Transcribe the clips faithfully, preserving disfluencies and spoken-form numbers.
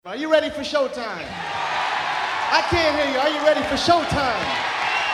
Are you ready for showtime? I can't hear you. Are you ready for showtime?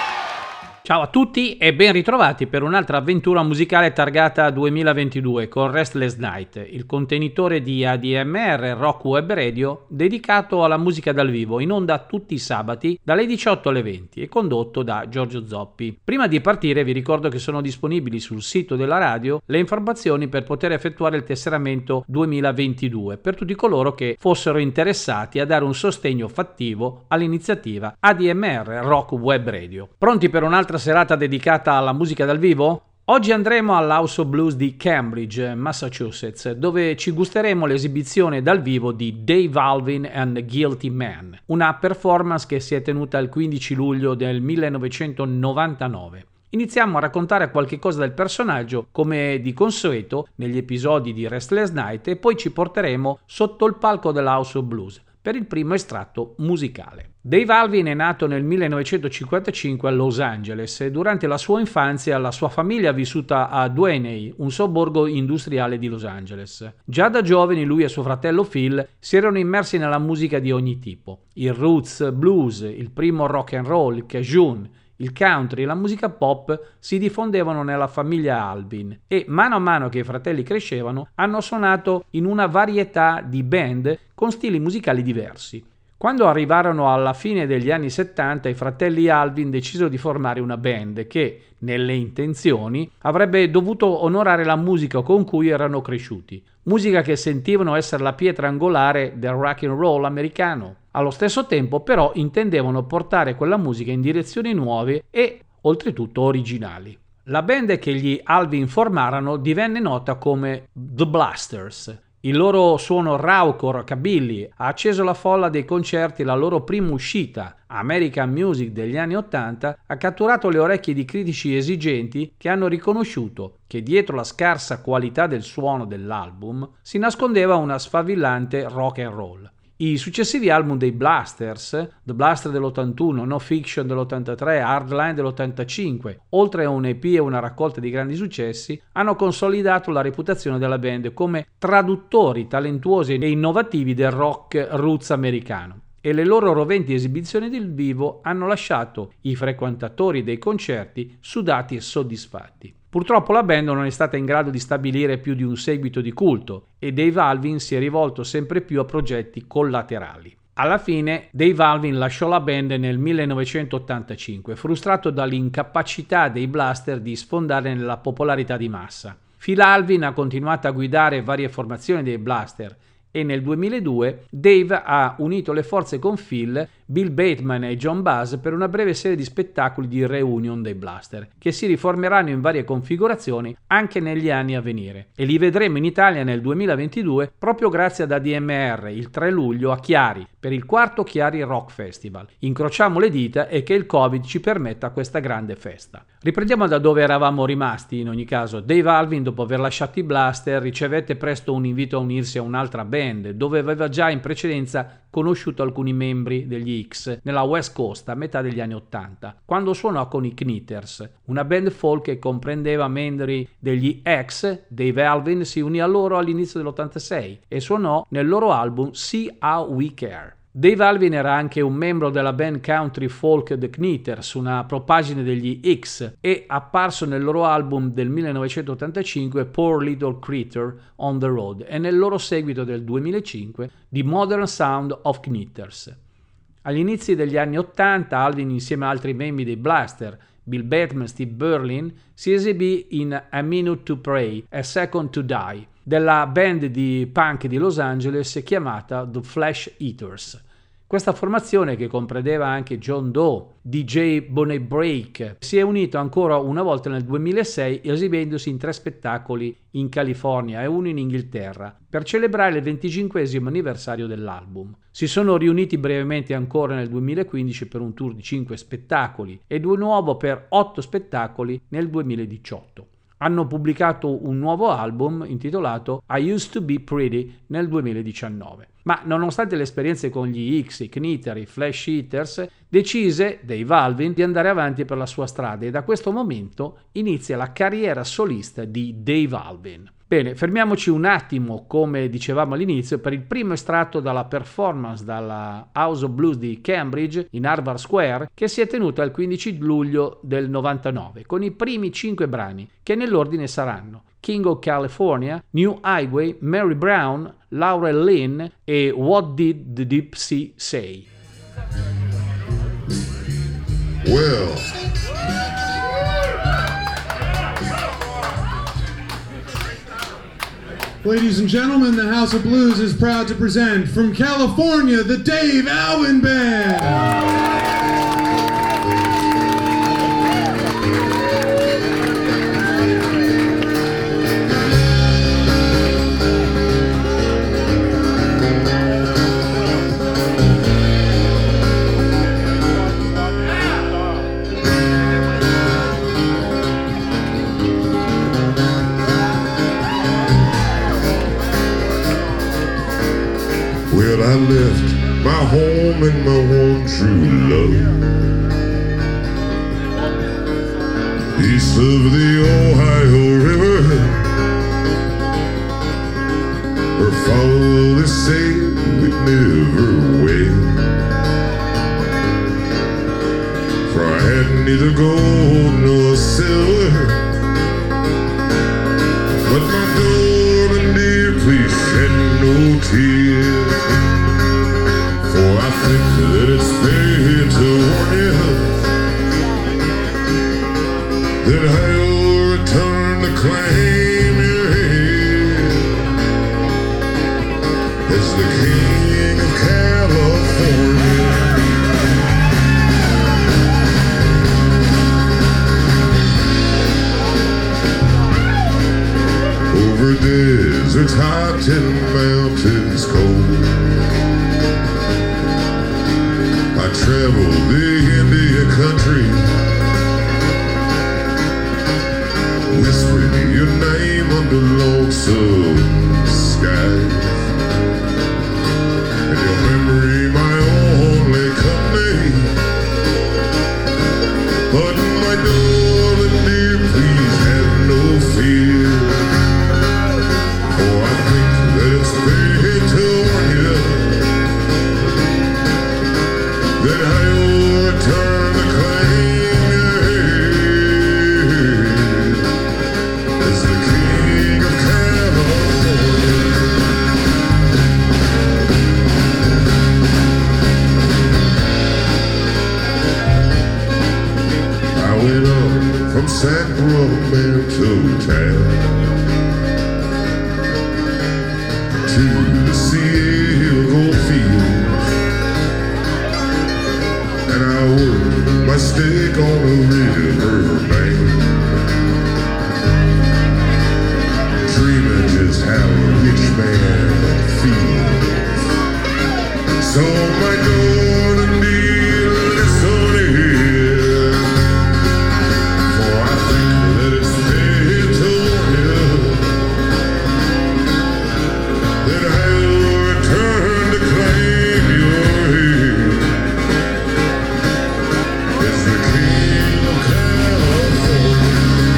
Ciao a tutti e ben ritrovati per un'altra avventura musicale targata duemilaventidue con Restless Night, il contenitore di A D M R Rock Web Radio dedicato alla musica dal vivo, in onda tutti i sabati dalle diciotto alle venti e condotto da Giorgio Zoppi. Prima di partire vi ricordo che sono disponibili sul sito della radio le informazioni per poter effettuare il tesseramento duemilaventidue per tutti coloro che fossero interessati a dare un sostegno fattivo all'iniziativa A D M R Rock Web Radio. Pronti per un'altra serata dedicata alla musica dal vivo? Oggi andremo all'House of Blues di Cambridge, Massachusetts, dove ci gusteremo l'esibizione dal vivo di Dave Alvin and Guilty Man, una performance che si è tenuta il quindici luglio del millenovecentonovantanove. Iniziamo a raccontare qualche cosa del personaggio, come di consueto negli episodi di Restless Night, e poi ci porteremo sotto il palco dell'House of Blues per il primo estratto musicale. Dave Alvin è nato nel millenovecentocinquantacinque a Los Angeles e durante la sua infanzia la sua famiglia ha vissuta a Duaney, un sobborgo industriale di Los Angeles. Già da giovani lui e suo fratello Phil si erano immersi nella musica di ogni tipo. Il roots blues, il primo rock and roll, il cajun, il country e la musica pop si diffondevano nella famiglia Alvin e mano a mano che i fratelli crescevano hanno suonato in una varietà di band con stili musicali diversi. Quando arrivarono alla fine degli anni settanta, i fratelli Alvin decisero di formare una band che, nelle intenzioni, avrebbe dovuto onorare la musica con cui erano cresciuti, musica che sentivano essere la pietra angolare del rock and roll americano. Allo stesso tempo, però, intendevano portare quella musica in direzioni nuove e, oltretutto, originali. La band che gli Alvin formarono divenne nota come The Blasters. Il loro suono rauco rockabilly ha acceso la folla dei concerti e la loro prima uscita, American Music degli anni ottanta, ha catturato le orecchie di critici esigenti che hanno riconosciuto che dietro la scarsa qualità del suono dell'album si nascondeva una sfavillante rock and roll. I successivi album dei Blasters, The Blaster dell'ottantuno, No Fiction dell'ottantatré, Hardline dell'ottantacinque, oltre a un E P e una raccolta di grandi successi, hanno consolidato la reputazione della band come traduttori talentuosi e innovativi del rock roots americano. E le loro roventi esibizioni dal vivo hanno lasciato i frequentatori dei concerti sudati e soddisfatti. Purtroppo la band non è stata in grado di stabilire più di un seguito di culto e Dave Alvin si è rivolto sempre più a progetti collaterali. Alla fine Dave Alvin lasciò la band nel millenovecentottantacinque, frustrato dall'incapacità dei Blaster di sfondare nella popolarità di massa. Phil Alvin ha continuato a guidare varie formazioni dei Blaster e nel duemiladue Dave ha unito le forze con Phil, Bill Bateman e John Bass per una breve serie di spettacoli di reunion dei Blaster, che si riformeranno in varie configurazioni anche negli anni a venire. E li vedremo in Italia nel duemilaventidue proprio grazie ad A D M R il tre luglio a Chiari per il quarto Chiari Rock Festival. Incrociamo le dita e che il Covid ci permetta questa grande festa. Riprendiamo da dove eravamo rimasti. In ogni caso, Dave Alvin, dopo aver lasciato i Blaster, ricevette presto un invito a unirsi a un'altra band, dove aveva già in precedenza conosciuto alcuni membri degli X nella West Coast a metà degli anni ottanta, quando suonò con i Knitters, una band folk che comprendeva membri degli X. Dave Alvin si unì a loro all'inizio dell'ottantasei e suonò nel loro album See How We Care. Dave Alvin era anche un membro della band country folk The Knitters, una propagine degli X, e apparso nel loro album del millenovecentottantacinque Poor Little Creature on the Road e nel loro seguito del duemilacinque The Modern Sound of Knitters. Agli inizi degli anni ottanta Alvin, insieme a altri membri dei Blaster, Bill Bateman e Steve Berlin, si esibì in A Minute to Pray, A Second to Die, della band di punk di Los Angeles chiamata The Flesh Eaters. Questa formazione, che comprendeva anche John Doe, D J Bonnet Break, si è unito ancora una volta nel duemilasei esibendosi in tre spettacoli in California e uno in Inghilterra per celebrare il venticinquesimo anniversario dell'album. Si sono riuniti brevemente ancora nel duemilaquindici per un tour di cinque spettacoli e di nuovo per otto spettacoli nel duemiladiciotto. Hanno pubblicato un nuovo album intitolato I Used to Be Pretty nel duemiladiciannove. Ma nonostante le esperienze con gli X, i Knitter, i Flesh Eaters, decise Dave Alvin di andare avanti per la sua strada e da questo momento inizia la carriera solista di Dave Alvin. Bene, fermiamoci un attimo, come dicevamo all'inizio, per il primo estratto dalla performance dalla House of Blues di Cambridge in Harvard Square, che si è tenuta il quindici luglio del novantanove, con i primi cinque brani, che nell'ordine saranno King of California, New Highway, Mary Brown, Laurel Lynn e What Did the Deep Sea Say? Well, ladies and gentlemen, the House of Blues is proud to present from California, the Dave Alvin Band. Well, I left my home and my one true love east of the Ohio River, her father said we'd never wed, for I had neither gold nor silver, but my darling dear, please shed no tears. For I think that it's fair to warn you that I'll return to claim your hand as the King of California. Over deserts hot and mountains cold, I traveled the Indian country, whispering your name under lonesome skies, and your memory my only company. But my darling dear, please have no fear, for I think that it's fair to warn you that I'll return to claim your hand as the King of California. I went up from Sacramento town to the Seagull Field, and I worked my stick on a river bank, dreaming just how a rich man feels. So my darling dear, listen here, for I think that it's fair to warn you that I'll return to claim your hand as the King of California.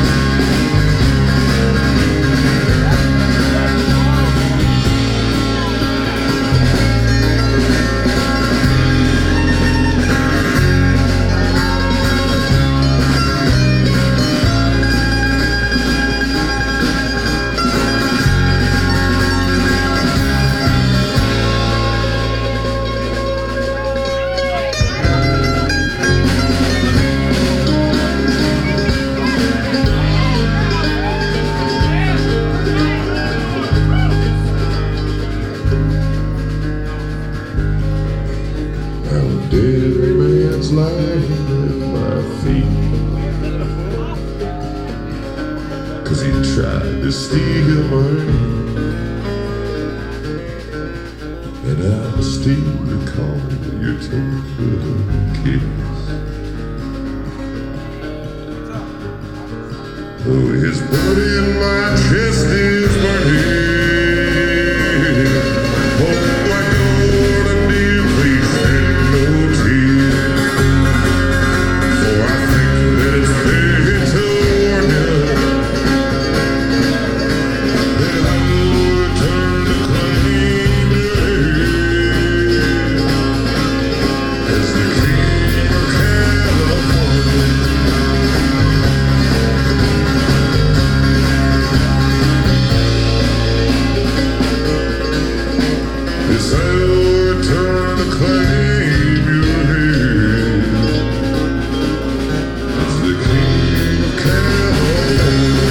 Tried to steal mine, and I still recall your tender kiss. Though his blood in my chest is burning, oh my darling dear, please shed no tears, for I think that it's fair to warn you claim your head as the king of California.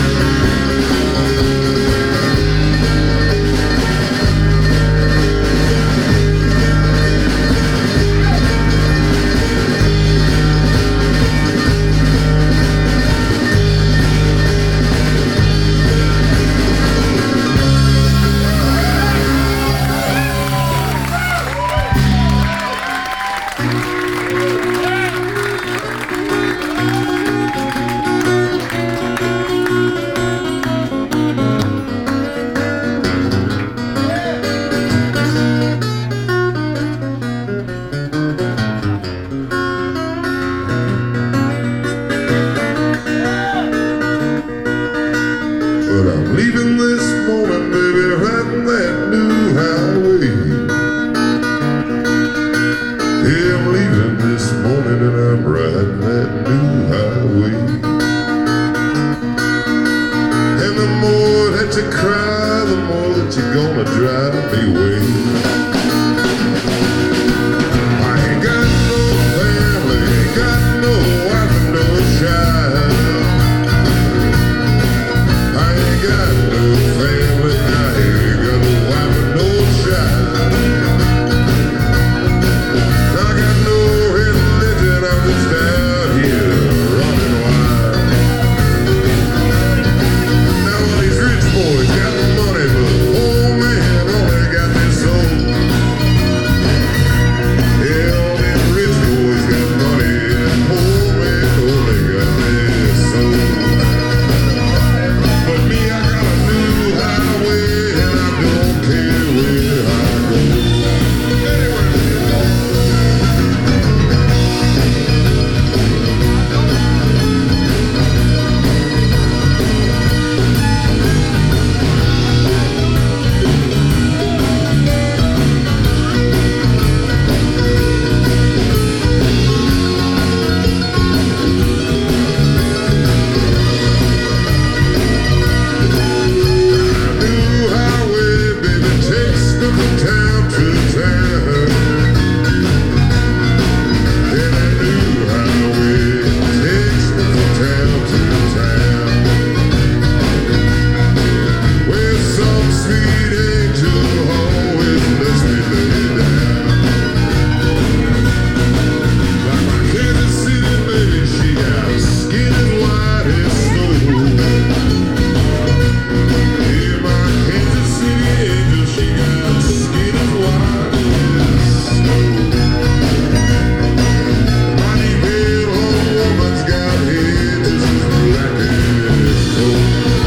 But I'm leaving this morning, baby, riding that new highway. Yeah, I'm leaving this morning and I'm riding that new highway. And the more that you cry, the more that you're gonna drive me away. I ain't got no family, ain't got no wife and no child. I ain't got no family, I ain't got no wife and no child. I got no religion, I'm just out here running wild. Now all these rich boys got money, but the poor man only got their soul. Yeah, all these rich boys got money, and the poor man only got their soul. But me, I got a new highway, and I don't care where I go. New highway, baby, takes me from town to town. Yeah, that new highway takes me from town to town. Where some sweet angel always lets me lay down. Like my Kansas City baby, she got skin as white as snow. Yeah, my Kansas City angel, she got skin as white as snow. My deep-head old woman's got hair just as black as coal.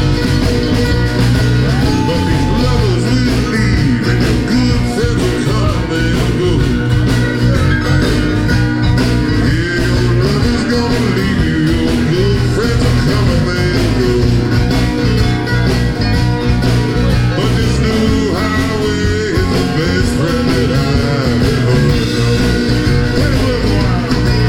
But these lovers will leave, and your good friends will come and go. Yeah, your lover's gonna leave you, your good friends will come and they'll go. But this new highway is the best friend that I've ever known. Wait a little while.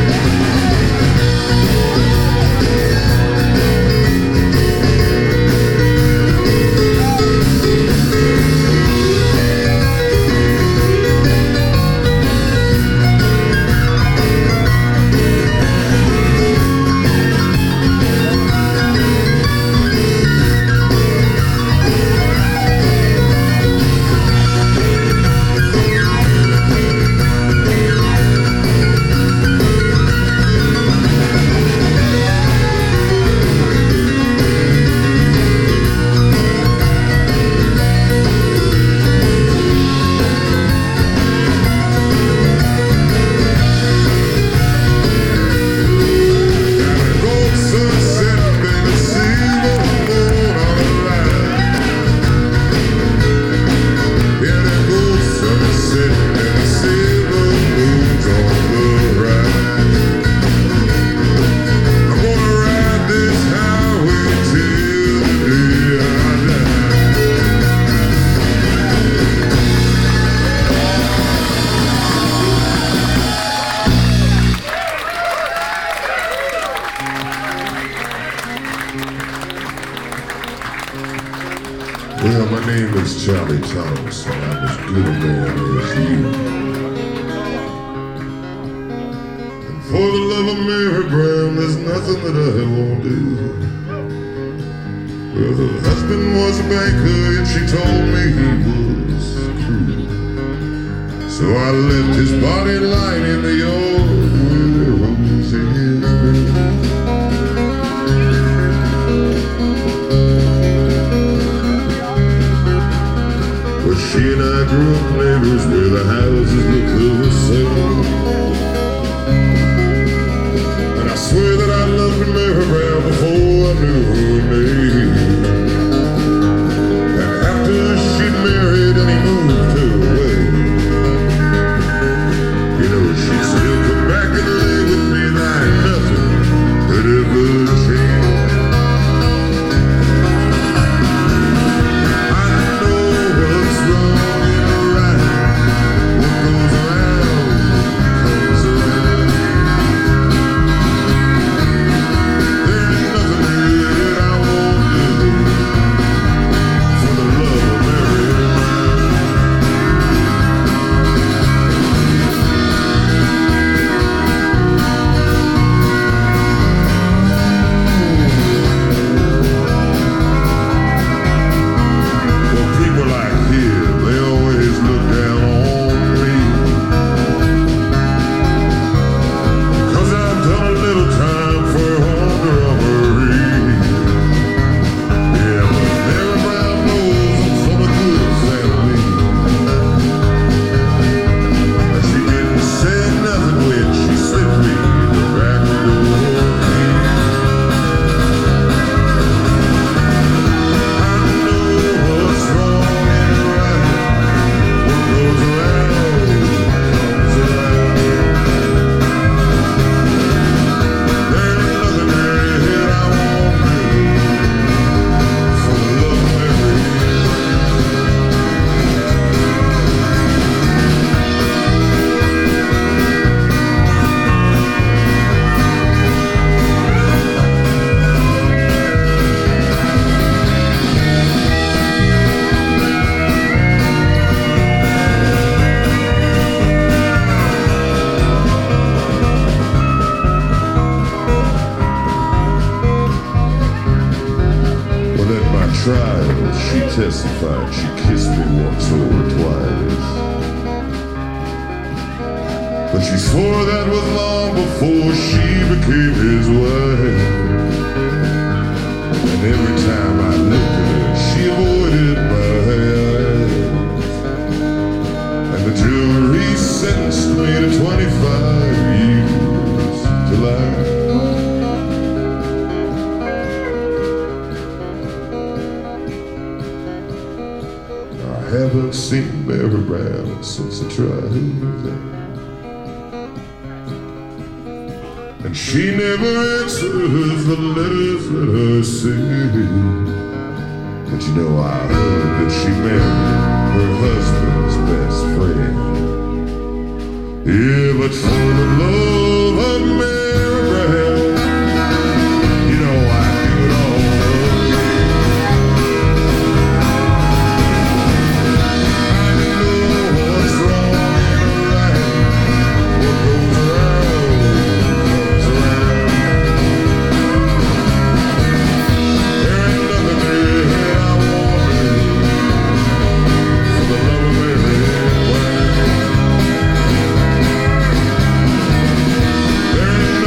Got a gold sunset, baby, silver moon on the line. Yeah, that gold sunset and the silver moon's on the rise. I'm gonna ride this highway till the day I die. Well, my name is Charlie Thomas, and I'm as good a man as you. For the love of Mary Brown, there's nothing that I won't do. Well, her husband was a banker and she told me he was cruel. So I left his body lying in the yard where roses grew. Well, she and I grew up neighbors where the houses look the same. And I swear that I loved Mary Brown before I knew her name. And after she married and he moved her away, you know, she'd still come back and lay with me like nothing had ever changed. I know what's wrong and right. What goes around comes around. There ain't nothing that I won't do for the love of Mary Brown. Well, people like here, they always look down on me, 'cause I've done a little time for armed robbery. Yeah, but Mary Brown knows I'm from a good family. And she didn't say nothing when she slipped me the back door key. I know what's wrong and right. What goes around comes around. There ain't nothing that I won't do for the love of Mary Well, at my trial, she testified she kissed me once or twice. But she swore that was long before she became his wife. And every time I looked at her, she avoided my eyes. And the jury sentenced me to twenty-five years to life. I haven't seen Mary Brown since the trial, and she never answers the letters that I send. But you know, I heard that she married her husband's best friend. Yeah, but for the love of Mary Brown, you know I do it all again. I know what's wrong and right. What goes around comes around. There ain't nothing that I won't do for the love of Mary Brown. There ain't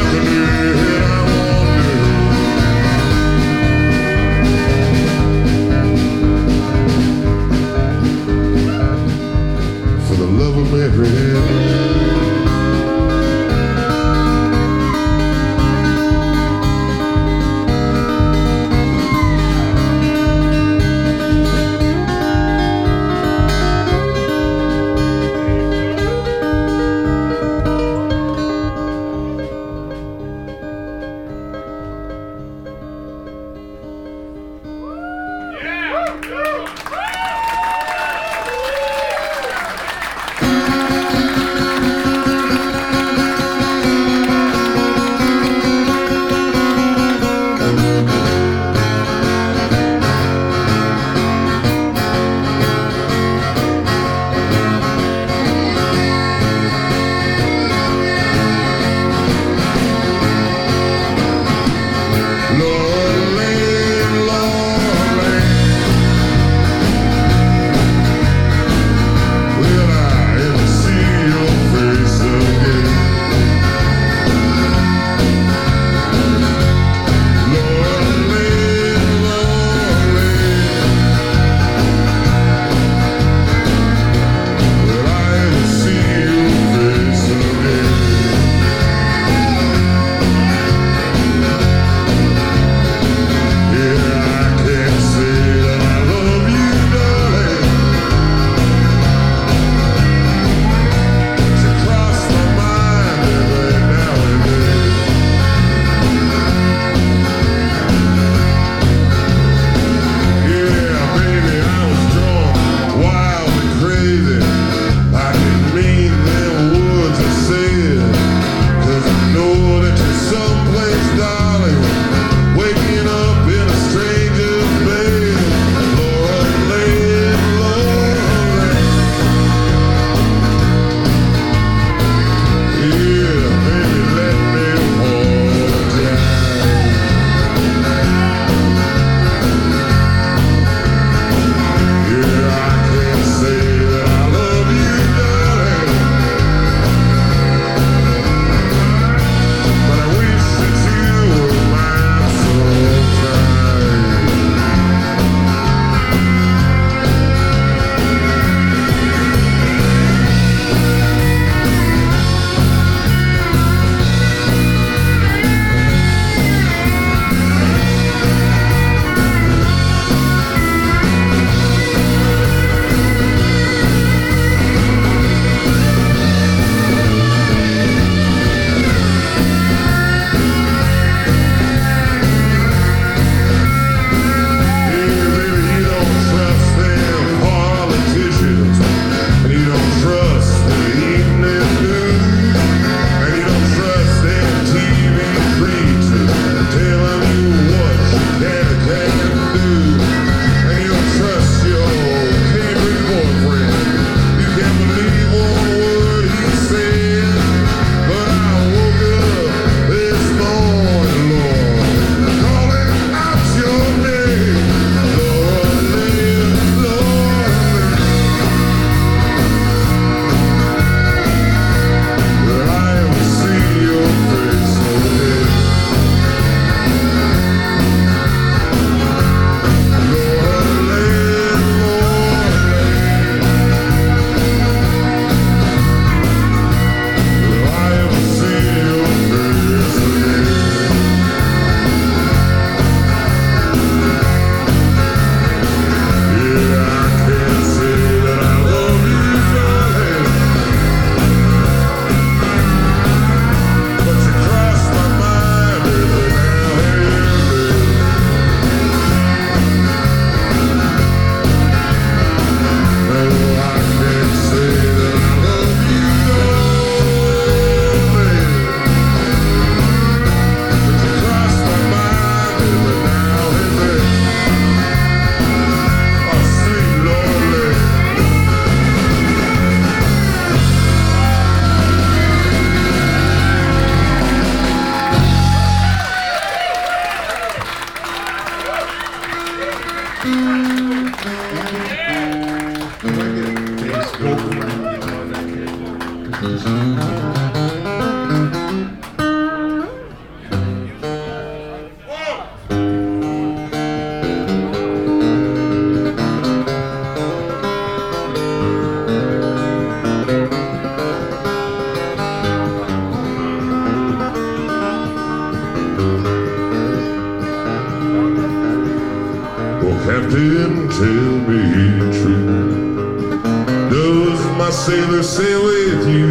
Captain, tell me true, does my sailor sail with you?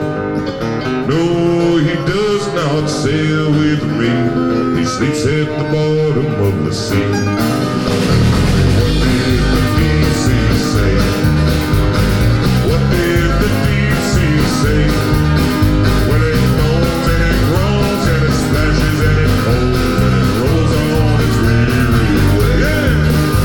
No, he does not sail with me. He sleeps at the bottom of the sea. What did the deep sea say? What did the deep sea say? When it moans and it groans and it splashes and it folds and it rolls on its weary way. Yeah!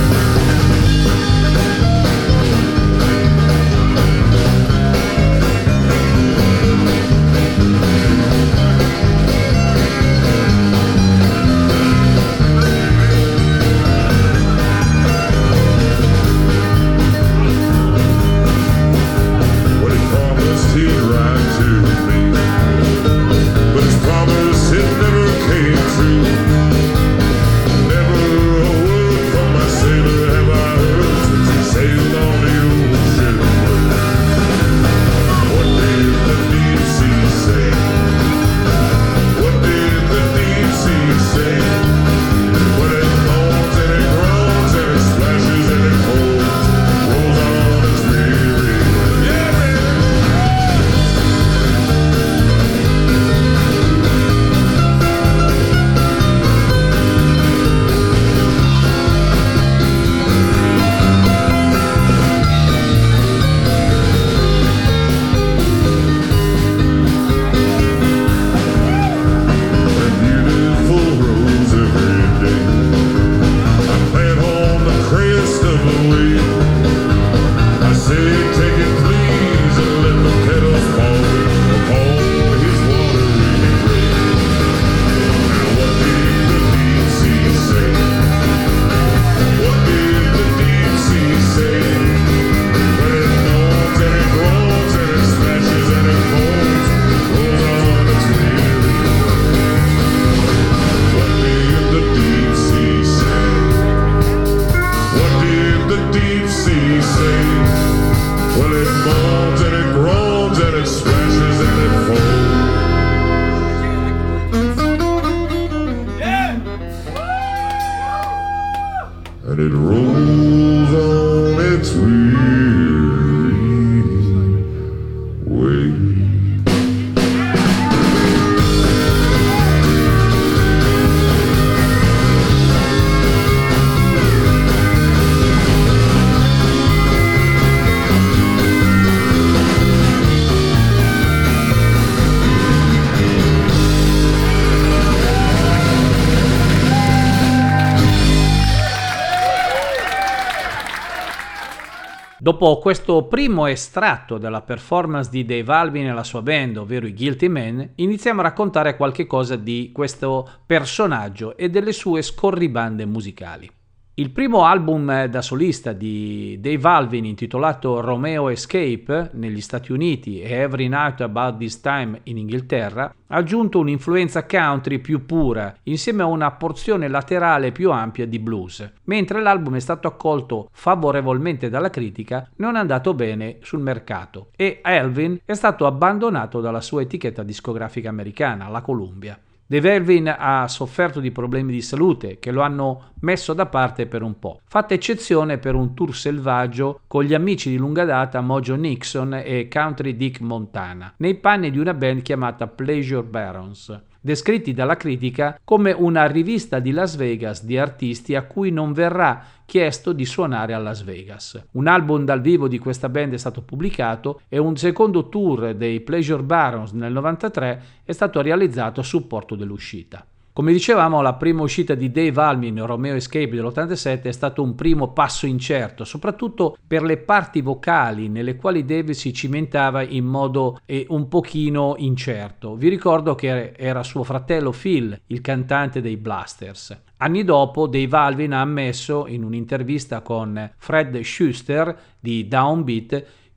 Dopo questo primo estratto della performance di Dave Alvin e la sua band, ovvero i Guilty Men, iniziamo a raccontare qualche cosa di questo personaggio e delle sue scorribande musicali. Il primo album da solista di Dave Alvin, intitolato Romeo Escape negli Stati Uniti e Every Night About This Time in Inghilterra, ha aggiunto un'influenza country più pura insieme a una porzione laterale più ampia di blues. Mentre l'album è stato accolto favorevolmente dalla critica, non è andato bene sul mercato e Alvin è stato abbandonato dalla sua etichetta discografica americana, la Columbia. Dave Alvin ha sofferto di problemi di salute che lo hanno messo da parte per un po', fatta eccezione per un tour selvaggio con gli amici di lunga data Mojo Nixon e Country Dick Montana, nei panni di una band chiamata Pleasure Barons, descritti dalla critica come una rivista di Las Vegas di artisti a cui non verrà chiesto di suonare a Las Vegas. Un album dal vivo di questa band è stato pubblicato e un secondo tour dei Pleasure Barons nel novantatré è stato realizzato a supporto dell'uscita. Come dicevamo, la prima uscita di Dave Alvin, Romeo Escape dell'ottantasette, è stato un primo passo incerto, soprattutto per le parti vocali nelle quali Dave si cimentava in modo eh, un pochino incerto. Vi ricordo che era suo fratello Phil, il cantante dei Blasters. Anni dopo, Dave Alvin ha ammesso in un'intervista con Fred Schuster di Downbeat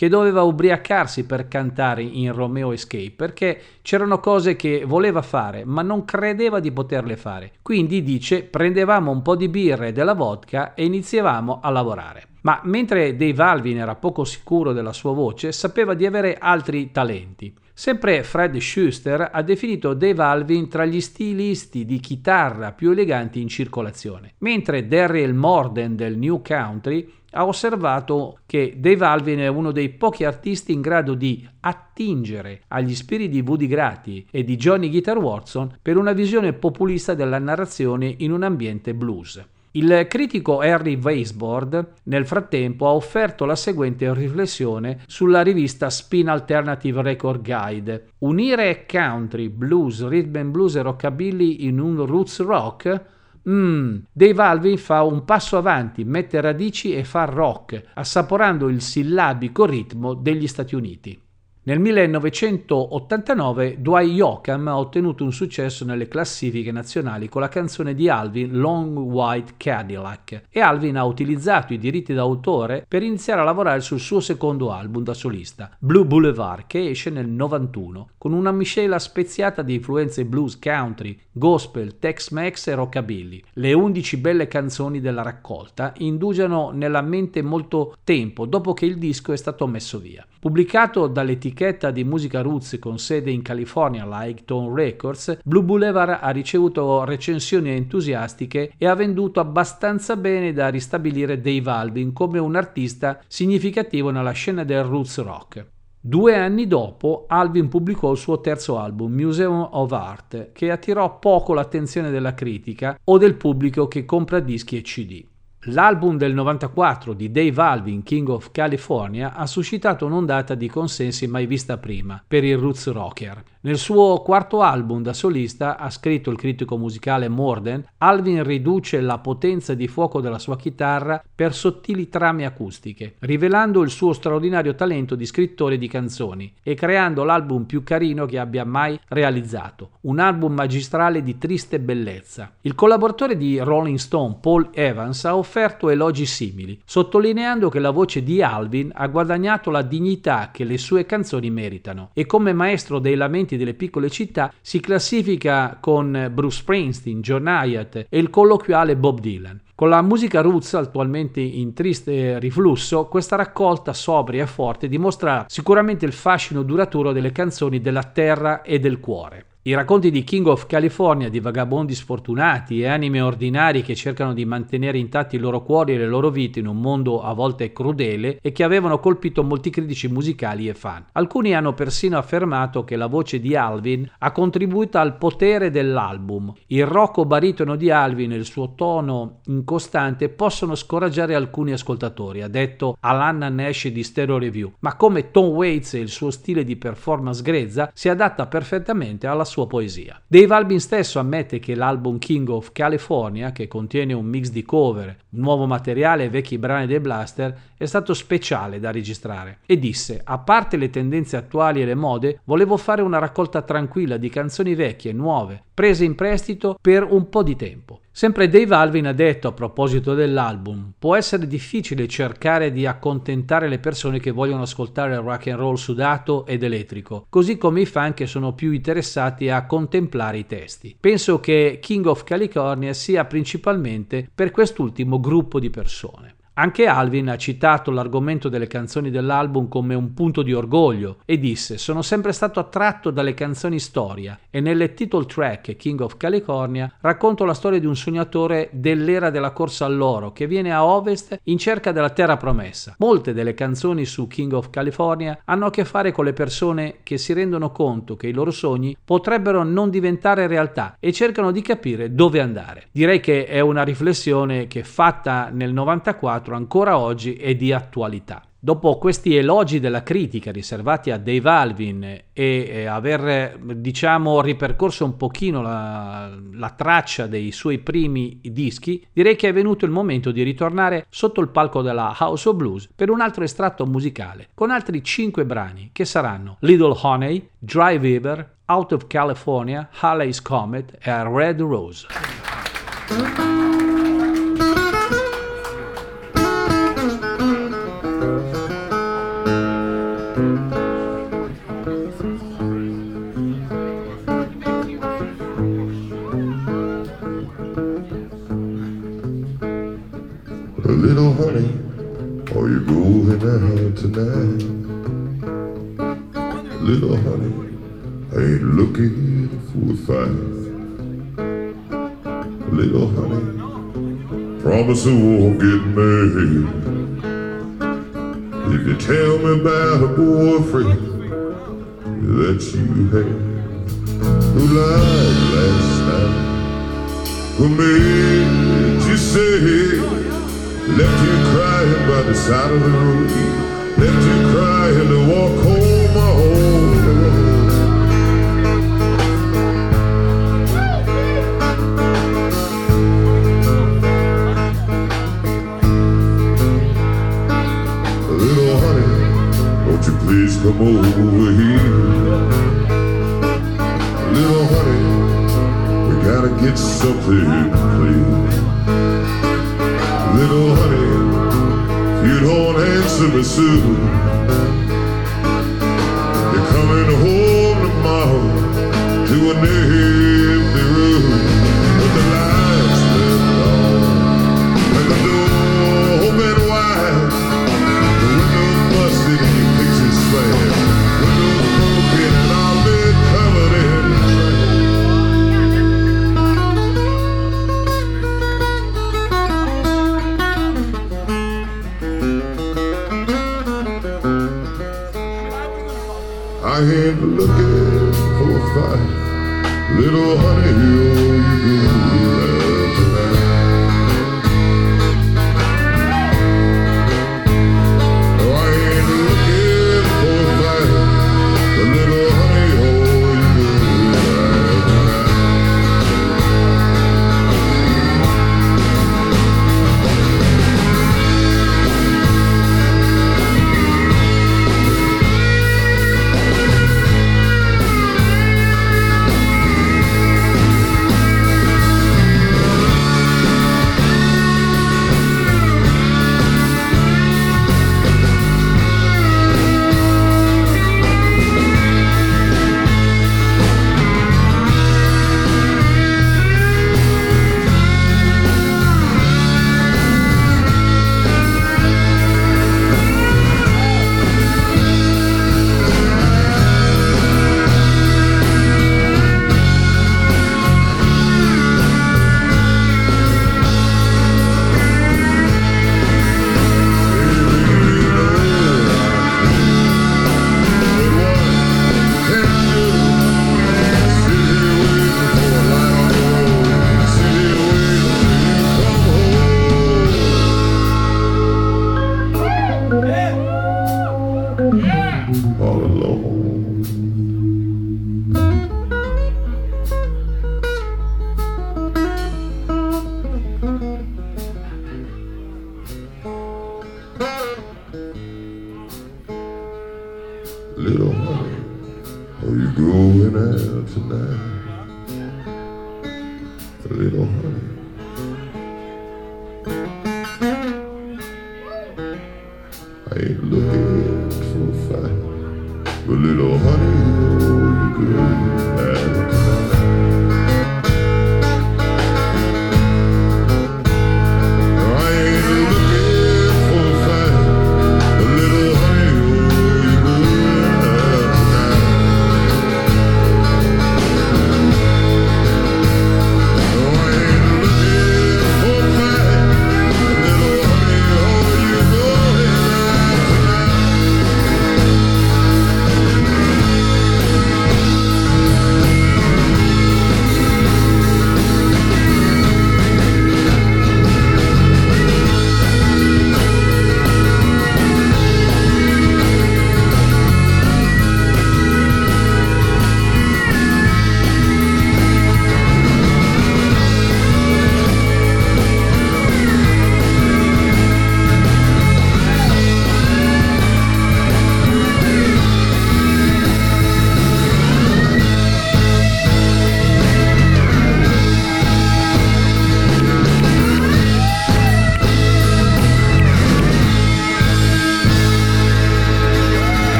che doveva ubriacarsi per cantare in Romeo Escape, perché c'erano cose che voleva fare ma non credeva di poterle fare. Quindi dice: prendevamo un po' di birra e della vodka e iniziavamo a lavorare. Ma mentre Dave Alvin era poco sicuro della sua voce, sapeva di avere altri talenti. Sempre Fred Schuster ha definito Dave Alvin tra gli stilisti di chitarra più eleganti in circolazione, mentre Darryl Morden del New Country ha osservato che Dave Alvin è uno dei pochi artisti in grado di attingere agli spiriti di Woody Guthrie e di Johnny Guitar Watson per una visione populista della narrazione in un ambiente blues. Il critico Harry Weisbord nel frattempo ha offerto la seguente riflessione sulla rivista Spin Alternative Record Guide: unire country, blues, rhythm and blues e rockabilly in un roots rock? Mm, Dave Alvin fa un passo avanti, mette radici e fa rock, assaporando il sillabico ritmo degli Stati Uniti. Nel millenovecentottantanove Dwight Yoakam ha ottenuto un successo nelle classifiche nazionali con la canzone di Alvin Long White Cadillac, e Alvin ha utilizzato i diritti d'autore per iniziare a lavorare sul suo secondo album da solista, Blue Boulevard, che esce nel novantuno, con una miscela speziata di influenze blues, country, gospel, Tex-Mex e rockabilly. Le undici belle canzoni della raccolta indugiano nella mente molto tempo dopo che il disco è stato messo via. Pubblicato dall'etichetta di musica roots con sede in California, la Hightone Records, Blue Boulevard ha ricevuto recensioni entusiastiche e ha venduto abbastanza bene da ristabilire Dave Alvin come un artista significativo nella scena del roots rock. Due anni dopo, Alvin pubblicò il suo terzo album, Museum of Art, che attirò poco l'attenzione della critica o del pubblico che compra dischi e C D. L'album del novantaquattro di Dave Alvin, King of California, ha suscitato un'ondata di consensi mai vista prima per il roots rocker. Nel suo quarto album da solista, ha scritto il critico musicale Morden, Alvin riduce la potenza di fuoco della sua chitarra per sottili trame acustiche, rivelando il suo straordinario talento di scrittore di canzoni e creando l'album più carino che abbia mai realizzato, un album magistrale di triste bellezza. Il collaboratore di Rolling Stone, Paul Evans, ha offerto elogi simili, sottolineando che la voce di Alvin ha guadagnato la dignità che le sue canzoni meritano e come maestro dei lamenti delle piccole città si classifica con Bruce Springsteen, John Hyatt e il colloquiale Bob Dylan. Con la musica roots attualmente in triste riflusso, questa raccolta sobria e forte dimostra sicuramente il fascino duraturo delle canzoni della terra e del cuore. I racconti di King of California, di vagabondi sfortunati e anime ordinari che cercano di mantenere intatti i loro cuori e le loro vite in un mondo a volte crudele e che avevano colpito molti critici musicali e fan. Alcuni hanno persino affermato che la voce di Alvin ha contribuito al potere dell'album. Il rocco baritono di Alvin e il suo tono incostante possono scoraggiare alcuni ascoltatori, ha detto Alanna Nash di Stereo Review, ma come Tom Waits e il suo stile di performance grezza si adatta perfettamente alla sua poesia. Dave Alvin stesso ammette che l'album King of California, che contiene un mix di cover, nuovo materiale e vecchi brani dei Blaster, è stato speciale da registrare e disse: a parte le tendenze attuali e le mode, volevo fare una raccolta tranquilla di canzoni vecchie, nuove, prese in prestito per un po' di tempo. Sempre Dave Alvin ha detto a proposito dell'album: può essere difficile cercare di accontentare le persone che vogliono ascoltare il rock and roll sudato ed elettrico, così come i fan che sono più interessati a contemplare i testi. Penso che King of California sia principalmente per quest'ultimo gruppo di persone. Anche Alvin ha citato l'argomento delle canzoni dell'album come un punto di orgoglio e disse: sono sempre stato attratto dalle canzoni storia e nelle title track King of California racconto la storia di un sognatore dell'era della corsa all'oro che viene a ovest in cerca della terra promessa. Molte delle canzoni su King of California hanno a che fare con le persone che si rendono conto che i loro sogni potrebbero non diventare realtà e cercano di capire dove andare. Direi che è una riflessione che, fatta nel novantaquattro, ancora oggi è di attualità. Dopo questi elogi della critica riservati a Dave Alvin e, e aver diciamo ripercorso un pochino la, la traccia dei suoi primi dischi, direi che è venuto il momento di ritornare sotto il palco della House of Blues per un altro estratto musicale con altri cinque brani che saranno Little Honey, Dry River, Out of California, Halley's Comet e Red Rose. Little honey, are you going out tonight? Little honey, I ain't looking for a fight. Little honey, promise I won't get mad if you tell me about a boyfriend that you had who lied last night, who made you say, left you crying by the side of the road, left you crying to walk home alone. Little honey, won't you please come over here? Little honey, we gotta get something clear. Little honey, if you don't answer me soon, you're coming home tomorrow to an empty room with the lights left on and the door open wide, the windows busted and your pictures slammed, windows broken and our bed covered in I ain't looking for a fight. Little honey, oh, you go out tonight. Oh, I ain't looking for a fight. But little honey, oh, you go out tonight. All alone. Little honey, are you going out tonight? Little honey, I ain't looking for a fight. But little honey, oh, you go out tonight. I ain't looking for a fight. But little honey, oh, you go out tonight. Oh, I ain't looking for a fight. But little honey, oh, you go out tonight.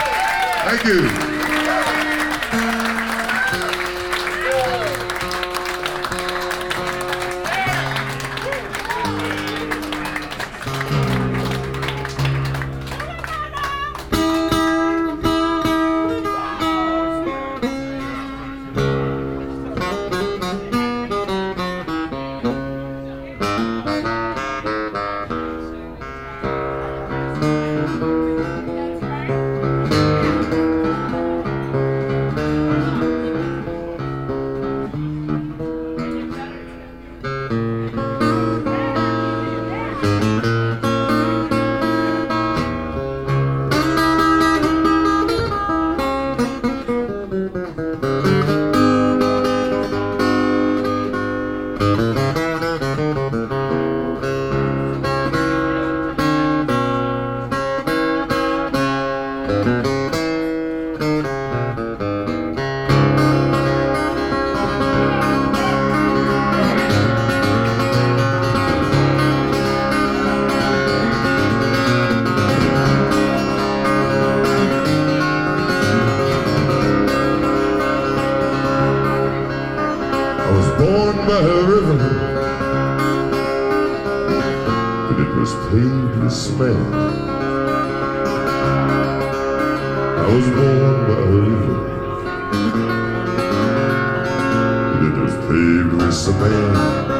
Thank you. cement. I was born by a river that was paved with cement.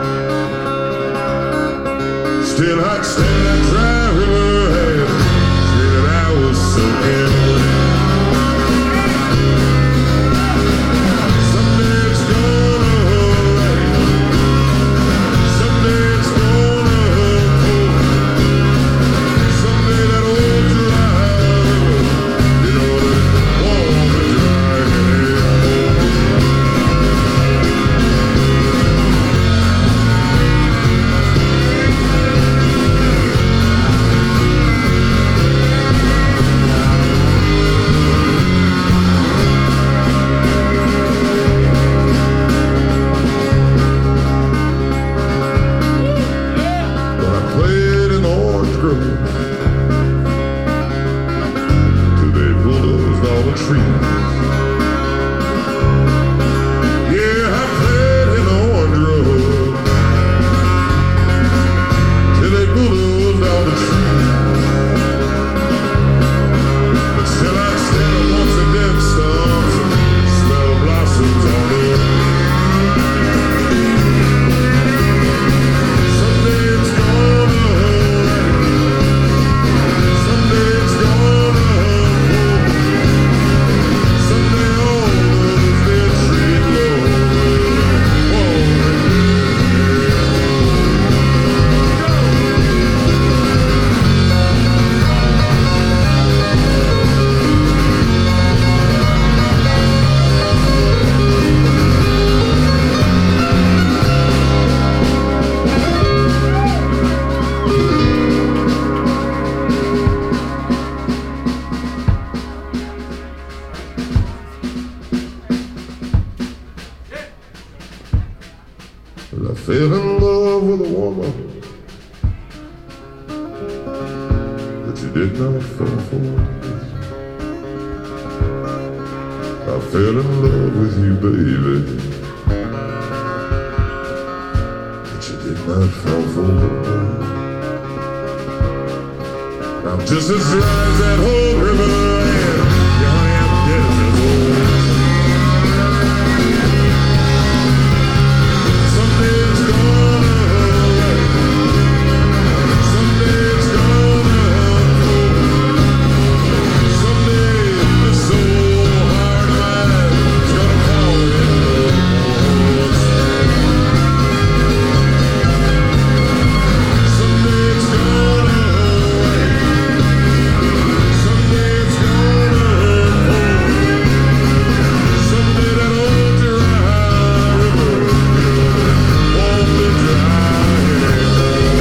Still I'd stand that dry river and say that I was soaking wet. Someday it's gonna rain, someday it's gonna pour, someday that old dry river, you know that won't be dry anymore. Till they bulldozed all the trees. Yeah, I played in the orange grove till they bulldozed all the trees. But still I'd stand amongst the dead stumps and smell blossoms on the way. Someday it's gonna I fell in love with a woman that you did not fall for. I fell in love with you, baby, that you did not fall for. I'm just as dry as that whole river, and you honey, I'm dead as old. Someday it's gonna rain, someday it's gonna pour, someday this old heart of mine is gonna fall in love. Someday it's gonna rain, someday it's gonna pour, someday that old dry river won't be dry anymore.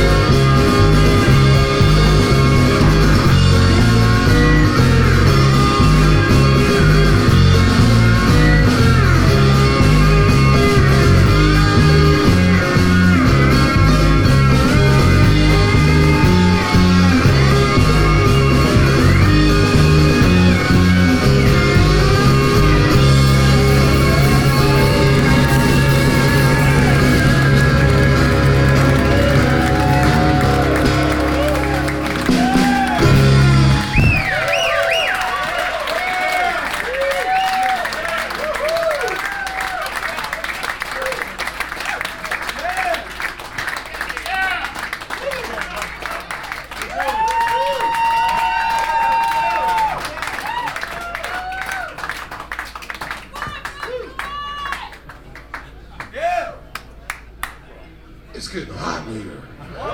It's getting hot in here.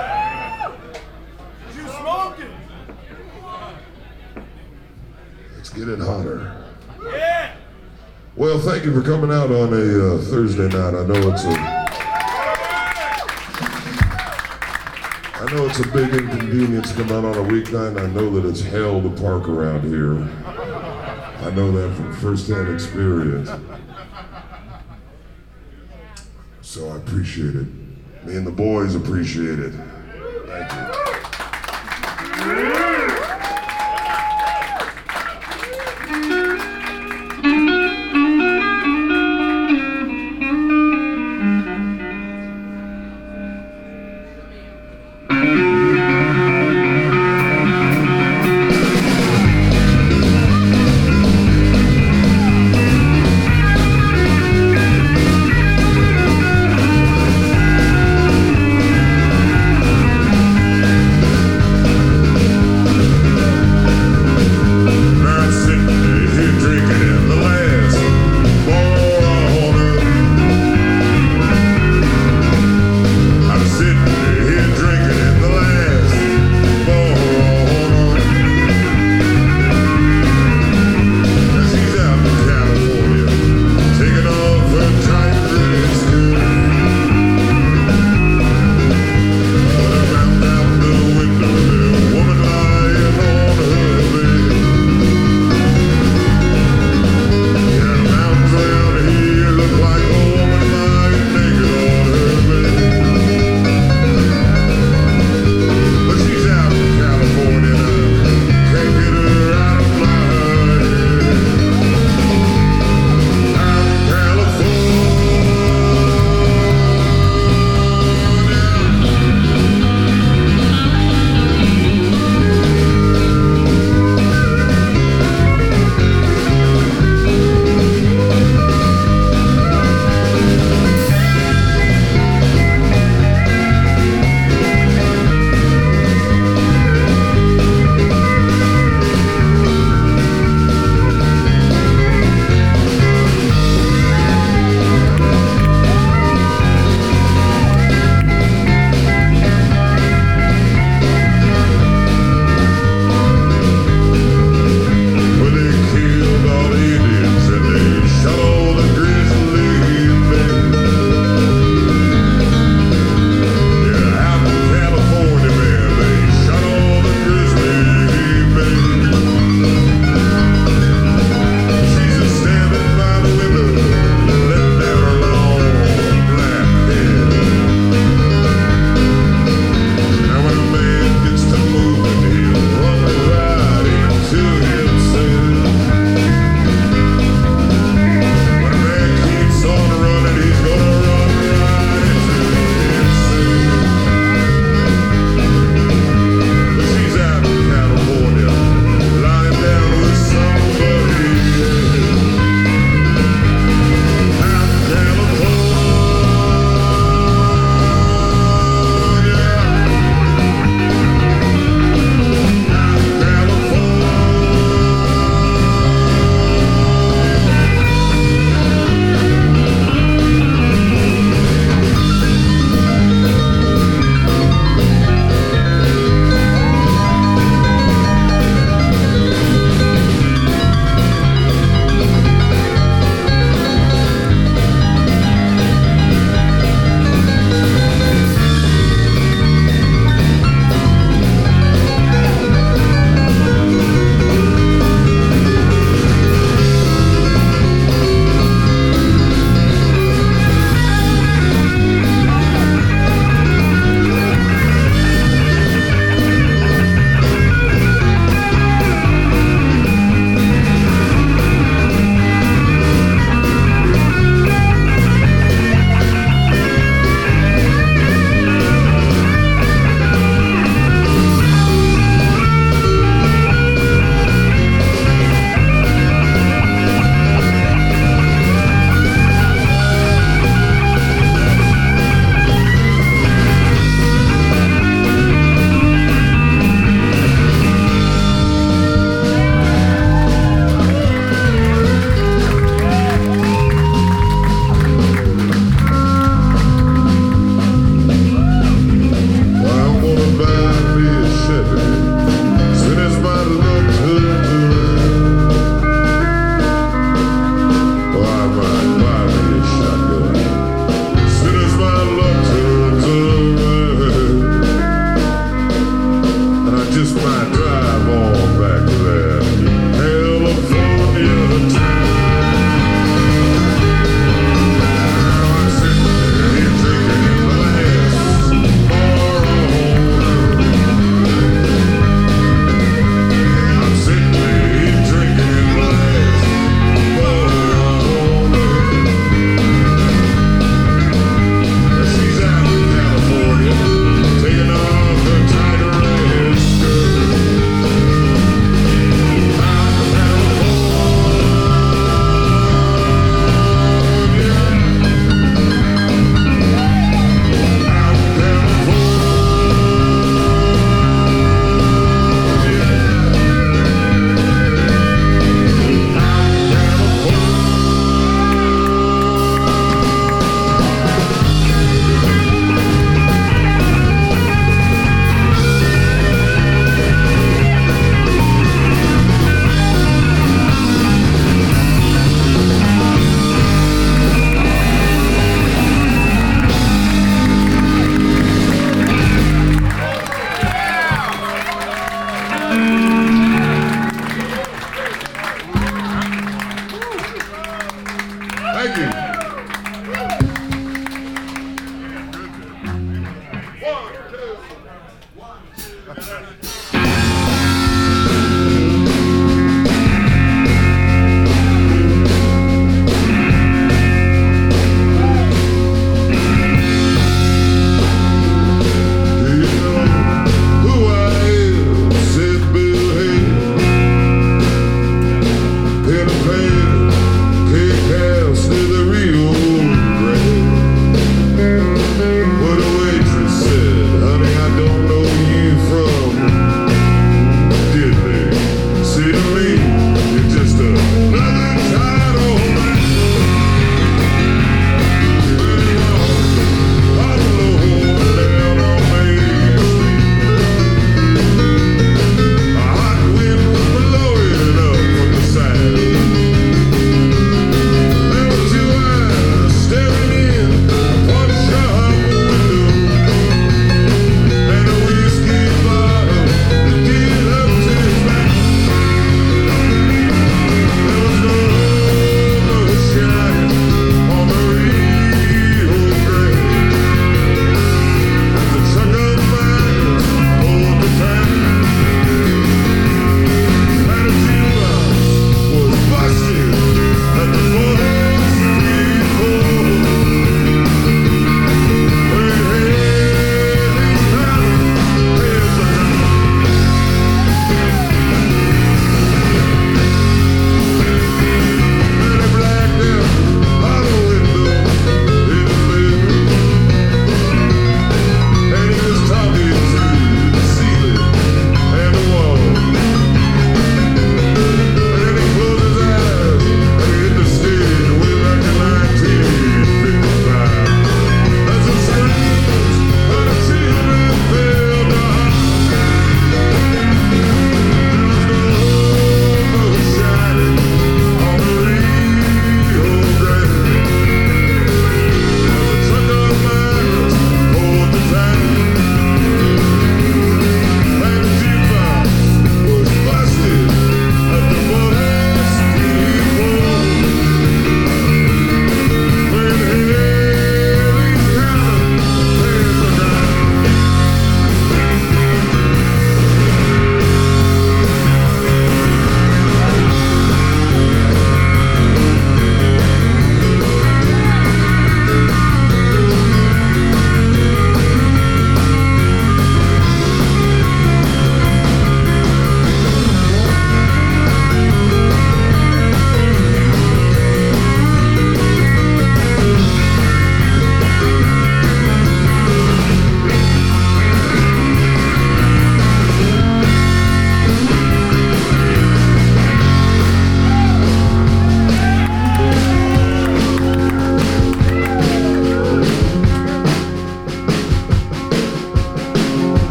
You smoking? It's getting hotter. Yeah. Well, thank you for coming out on a uh, Thursday night. I know it's a, I know it's a big inconvenience to come out on a weeknight. And I know that it's hell to park around here. I know that from firsthand experience. So I appreciate it. Me and the boys appreciate it. Thank you.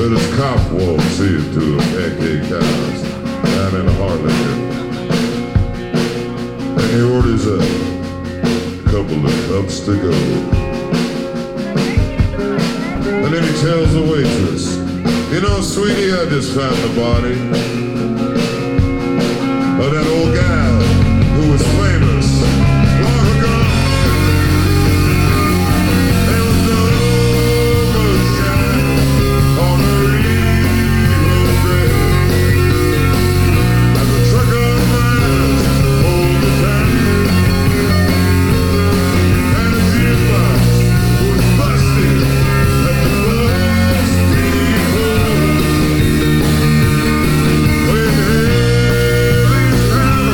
Well, this cop walks into a pancake house down in Harlem, and he orders a couple of cups to go. And then he tells the waitress, you know, sweetie, I just found the body of that old guy who was famous long ago. There was no moonshine on the Rio Grande. And the trucker miners hold the time. And the jukebox was busted at the bus depot. When hell is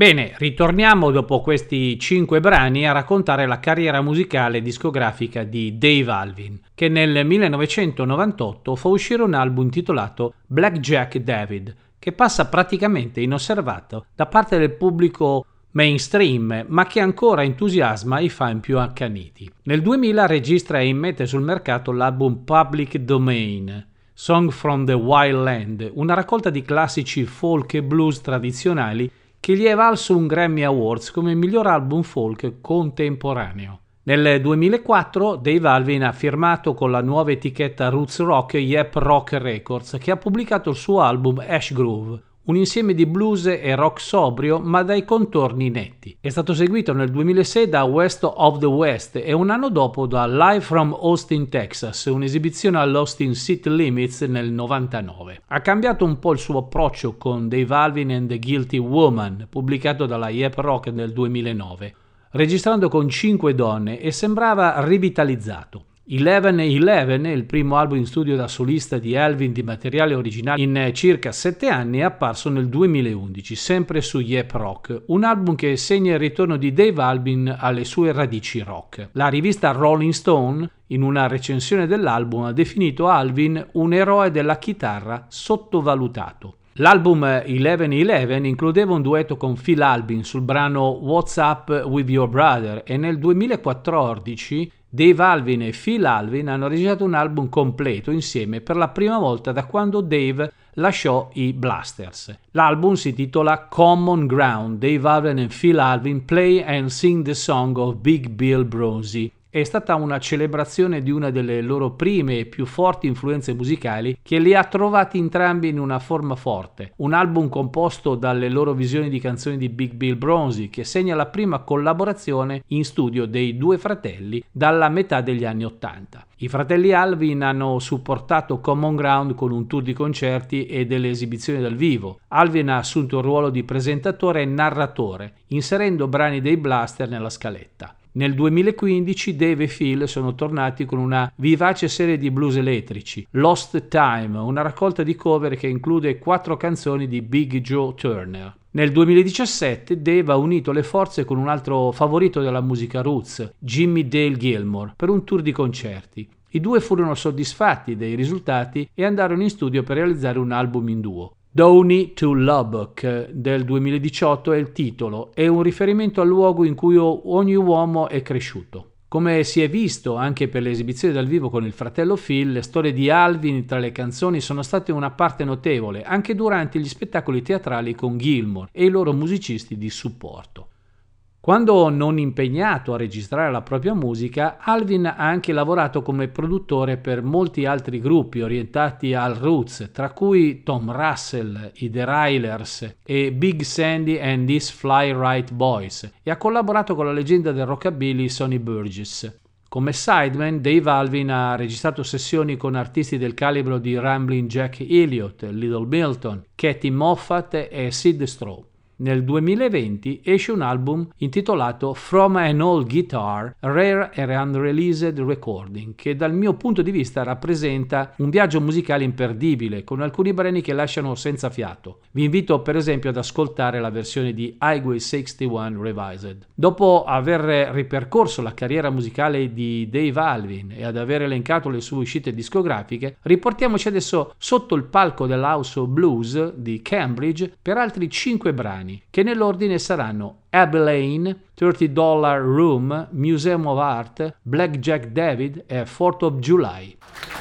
Bene, ritorniamo dopo questi cinque brani a raccontare la carriera musicale e discografica di Dave Alvin, che nel millenovecentonovantotto fa uscire un album intitolato Blackjack David, che passa praticamente inosservato da parte del pubblico mainstream, ma che ancora entusiasma i fan più accaniti. Nel duemila registra e immette sul mercato l'album Public Domain, Song from the Wild Land, una raccolta di classici folk e blues tradizionali che gli è valso un Grammy Awards come miglior album folk contemporaneo. Nel duemilaquattro Dave Alvin ha firmato con la nuova etichetta Roots Rock Yep Rock Records, che ha pubblicato il suo album Ash Groove, un insieme di blues e rock sobrio ma dai contorni netti. È stato seguito nel duemilasei da West of the West e un anno dopo da Live from Austin, Texas, un'esibizione all'Austin City Limits nel novantanove. Ha cambiato un po' il suo approccio con Dave Alvin and the Guilty Woman, pubblicato dalla Yep Rock nel duemilanove, registrando con cinque donne e sembrava rivitalizzato. Eleven Eleven, il primo album in studio da solista di Alvin di materiale originale in circa sette anni, è apparso nel duemilaundici, sempre su Yep Rock, un album che segna il ritorno di Dave Alvin alle sue radici rock. La rivista Rolling Stone, in una recensione dell'album, ha definito Alvin un eroe della chitarra sottovalutato. L'album Eleven Eleven includeva un duetto con Phil Albin sul brano What's Up With Your Brother e nel duemilaquattordici Dave Alvin e Phil Alvin hanno registrato un album completo insieme per la prima volta da quando Dave lasciò i Blasters. L'album si intitola Common Ground, Dave Alvin and Phil Alvin Play and Sing the Song of Big Bill Broonzy. È stata una celebrazione di una delle loro prime e più forti influenze musicali che li ha trovati entrambi in una forma forte. Un album composto dalle loro visioni di canzoni di Big Bill Broonzy, che segna la prima collaborazione in studio dei due fratelli dalla metà degli anni Ottanta. I fratelli Alvin hanno supportato Common Ground con un tour di concerti e delle esibizioni dal vivo. Alvin ha assunto il ruolo di presentatore e narratore, inserendo brani dei Blaster nella scaletta. Nel duemilaquindici Dave e Phil sono tornati con una vivace serie di blues elettrici, Lost Time, una raccolta di cover che include quattro canzoni di Big Joe Turner. Nel duemiladiciassette Dave ha unito le forze con un altro favorito della musica roots, Jimmy Dale Gilmore, per un tour di concerti. I due furono soddisfatti dei risultati e andarono in studio per realizzare un album in duo. Downey to Lubbock del duemiladiciotto è il titolo, è un riferimento al luogo in cui ogni uomo è cresciuto. Come si è visto anche per le esibizioni dal vivo con il fratello Phil, le storie di Alvin tra le canzoni sono state una parte notevole anche durante gli spettacoli teatrali con Gilmore e i loro musicisti di supporto. Quando non impegnato a registrare la propria musica, Alvin ha anche lavorato come produttore per molti altri gruppi orientati al roots, tra cui Tom Russell, i The Railers e Big Sandy and These Fly Right Boys, e ha collaborato con la leggenda del rockabilly Sonny Burgess. Come sideman, Dave Alvin ha registrato sessioni con artisti del calibro di Ramblin' Jack Elliott, Little Milton, Katie Moffat e Sid Straw. Nel duemilaventi esce un album intitolato From an Old Guitar, Rare and Unreleased Recording, che dal mio punto di vista rappresenta un viaggio musicale imperdibile, con alcuni brani che lasciano senza fiato. Vi invito per esempio ad ascoltare la versione di Highway sessantuno Revised. Dopo aver ripercorso la carriera musicale di Dave Alvin e ad aver elencato le sue uscite discografiche, riportiamoci adesso sotto il palco dell'House of Blues di Cambridge per altri cinque brani, che nell'ordine saranno Abbey Lane, thirty dollar Room, Museum of Art, Blackjack David e fourth of July.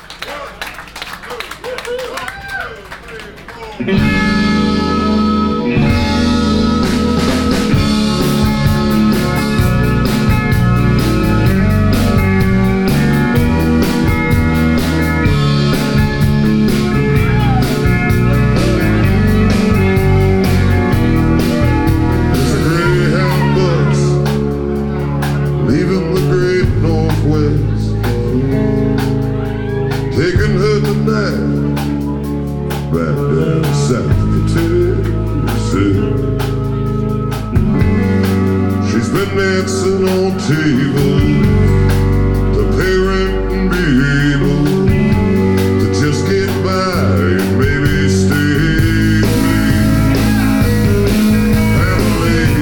Dancing on tables to pay rent and be able to just get by and maybe stay free. Abilene,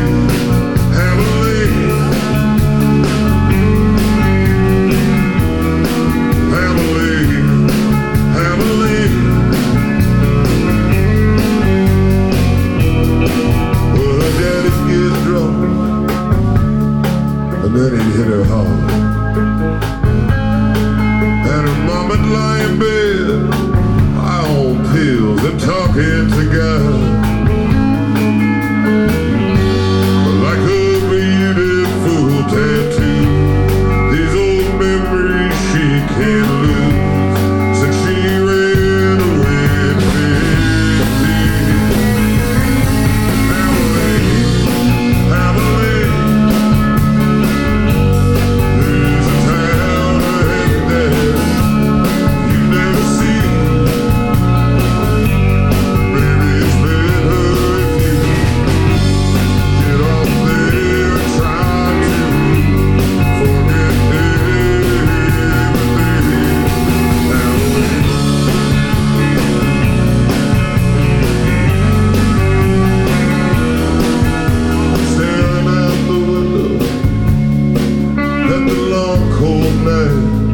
and then he hit her hard. And her mama'd lie in bed, high on pills and talking to God. Like a beautiful tattoo, these old memories she can't lose, since she ran away at fifteen. Abilene, Abilene, there's a town ahead there you've never seen. Baby, it's better if you get off there and try to forget everything. Abilene. Staring out the window at the long cold night,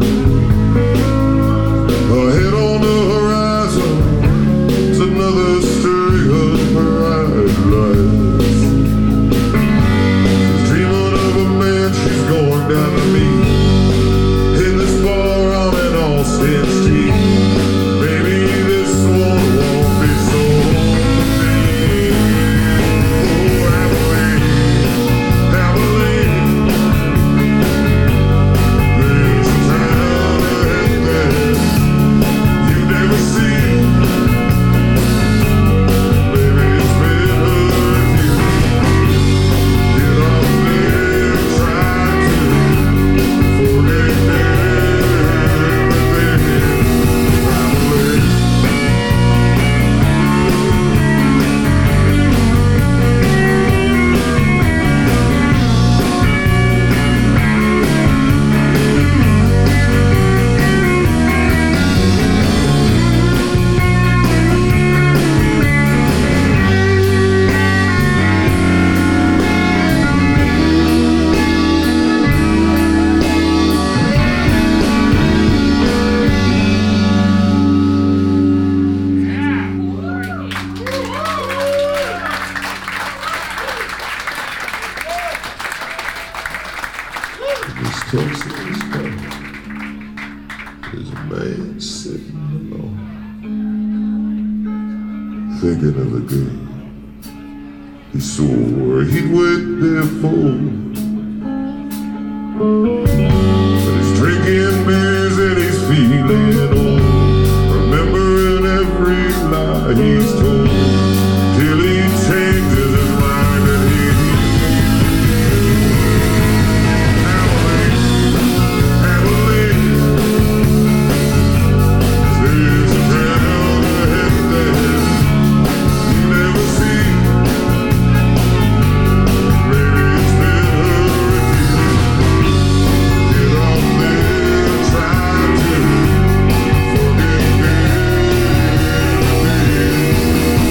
ahead on the horizon, it's another string of bright lights. She's dreaming of a man she's going down to meet in this bar on an Austin street. Maybe this one won't be so deep. Oh, Abilene, Abilene, there's a town ahead there you've never seen. Baby, it's better if you get off there and try to forget everything. Abilene. This Texas town, there's a man sitting alone, thinking of the girl he swore he'd wait there for. But he's drinking beers and he's feeling old, remembering every lie he's told, till he changes his mind and he there's a town ahead there you never see. Maybe it's better if you get off there and try to forget everything.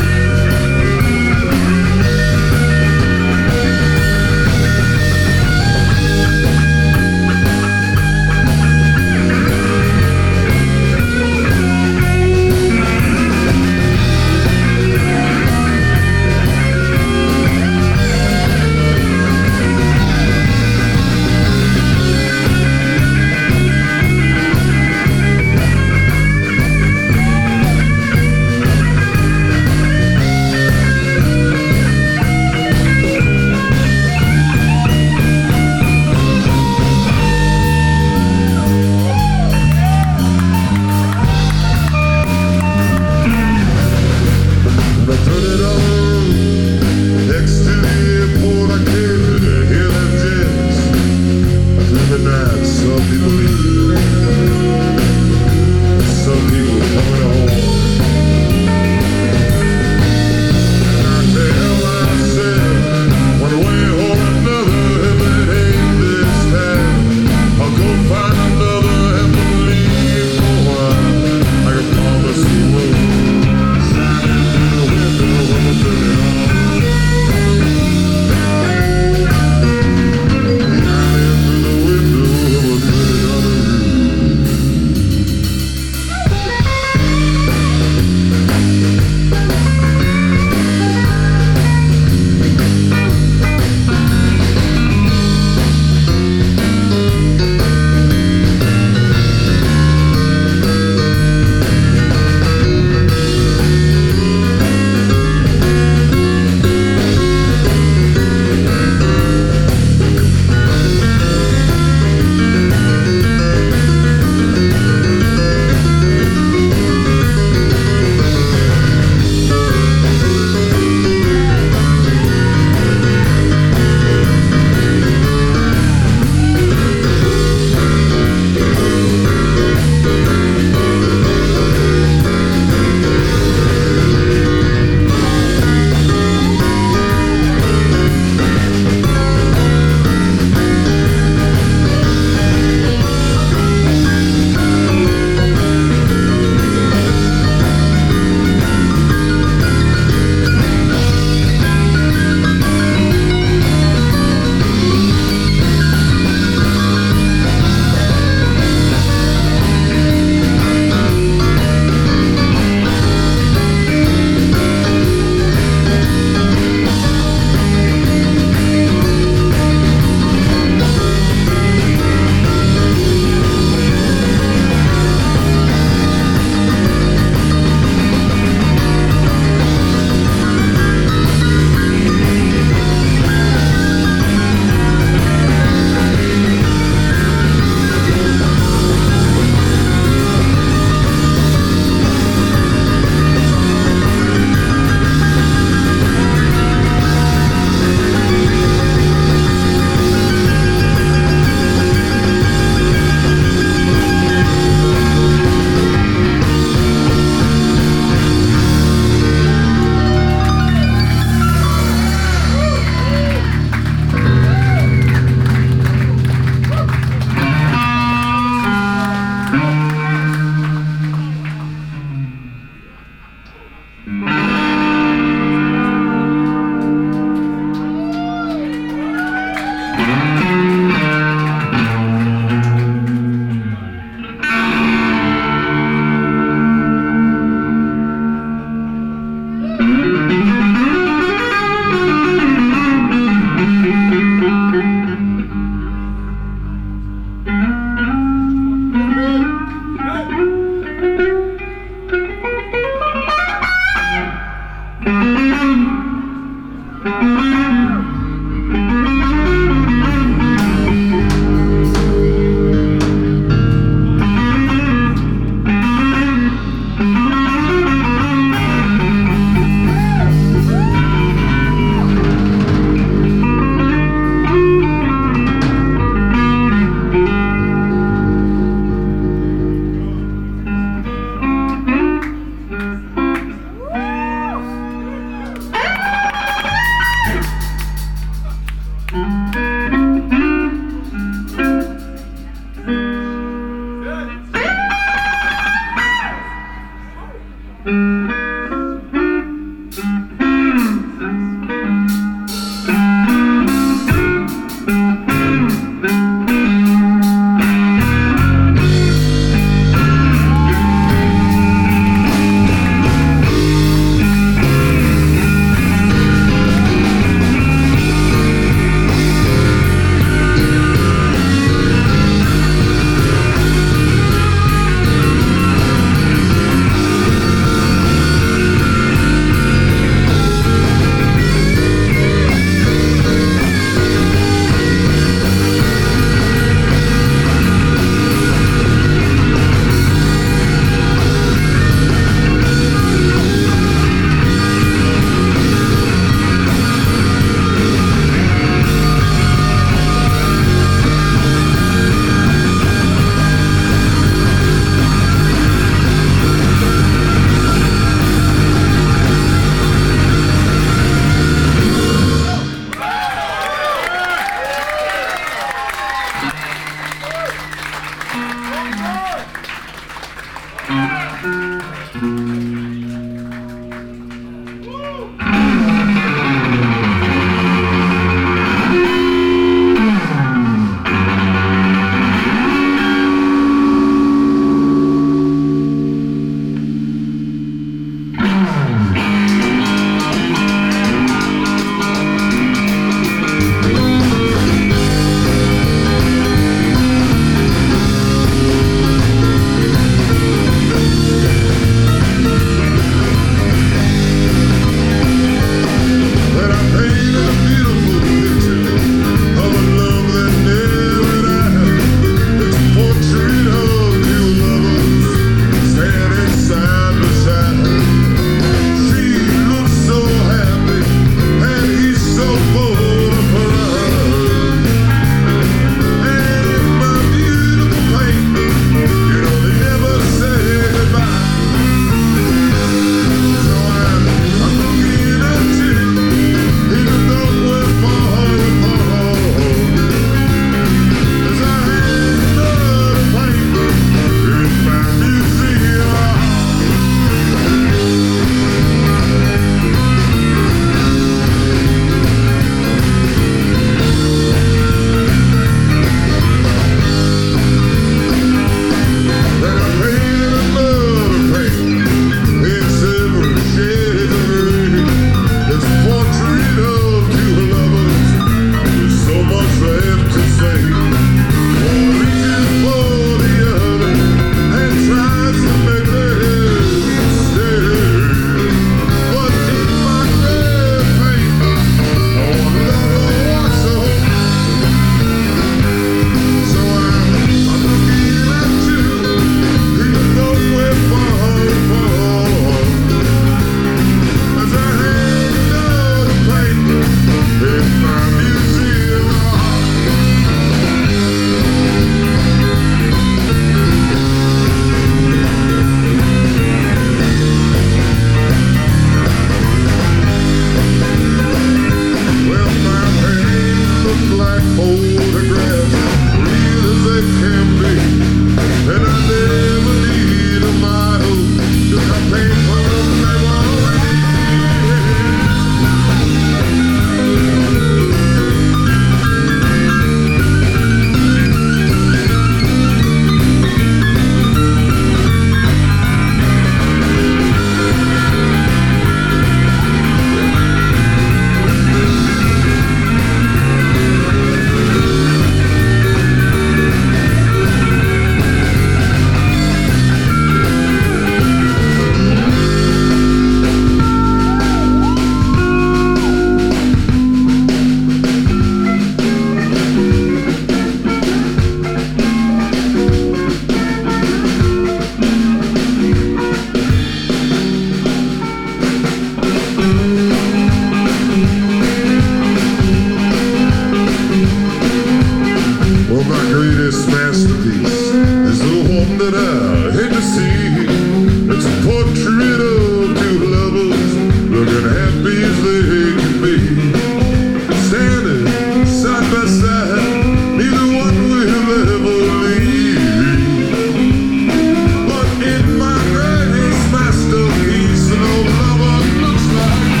masterpiece is the one that I hate to see. It's a portrait of two lovers looking happy as they can be, standing side by side, neither one will ever leave. But in my greatest masterpiece, an old lover looks like.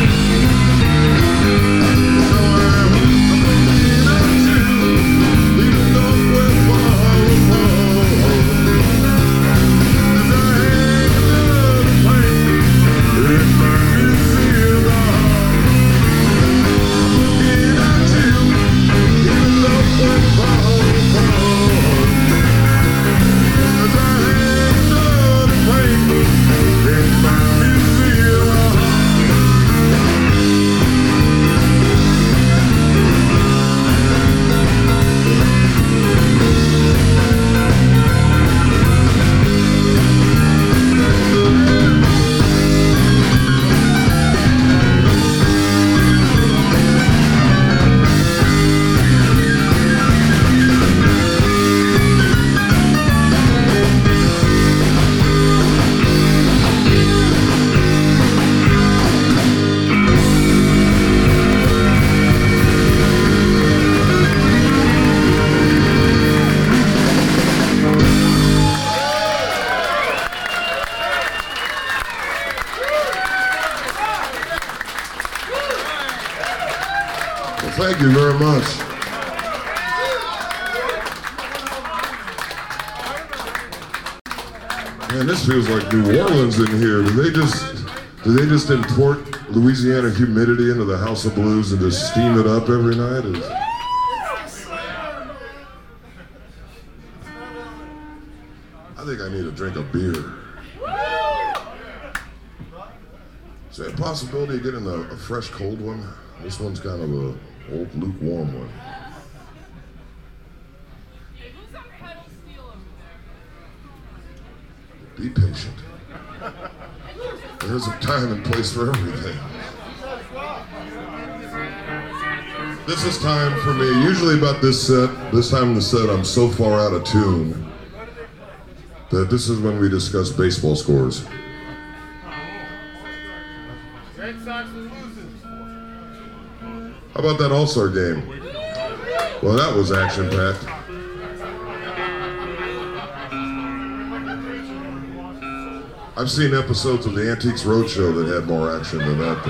So I'm looking at you, even though we're far apart. As I hang another painting in my museum art. Looking at you, even though we're far apart. As I hang another painting in my museum art. Well, thank you very much. Man, this feels like New Orleans in here. Do they just do they just import Louisiana humidity into the House of Blues and just steam it up every night? Is- I think I need a drink of beer. Is there a possibility of getting a, a fresh cold one? This one's kind of a old lukewarm one. Hey, who's that pedal steel over there? Be patient. There's a time and place for everything. This is time for me. Usually about this set, this time in the set, I'm so far out of tune that this is when we discuss baseball scores. Red Sox are losing. How about that All-Star game? Well, that was action-packed. I've seen episodes of the Antiques Roadshow that had more action than that.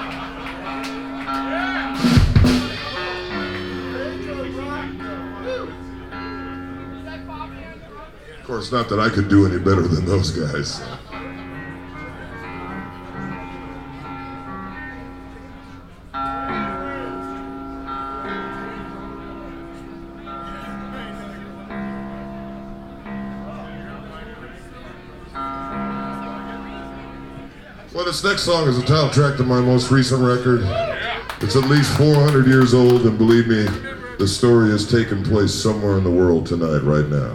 Of course, not that I could do any better than those guys. Well, this next song is a title track to my most recent record. It's at least four hundred years old, and believe me, the story has taken place somewhere in the world tonight, right now.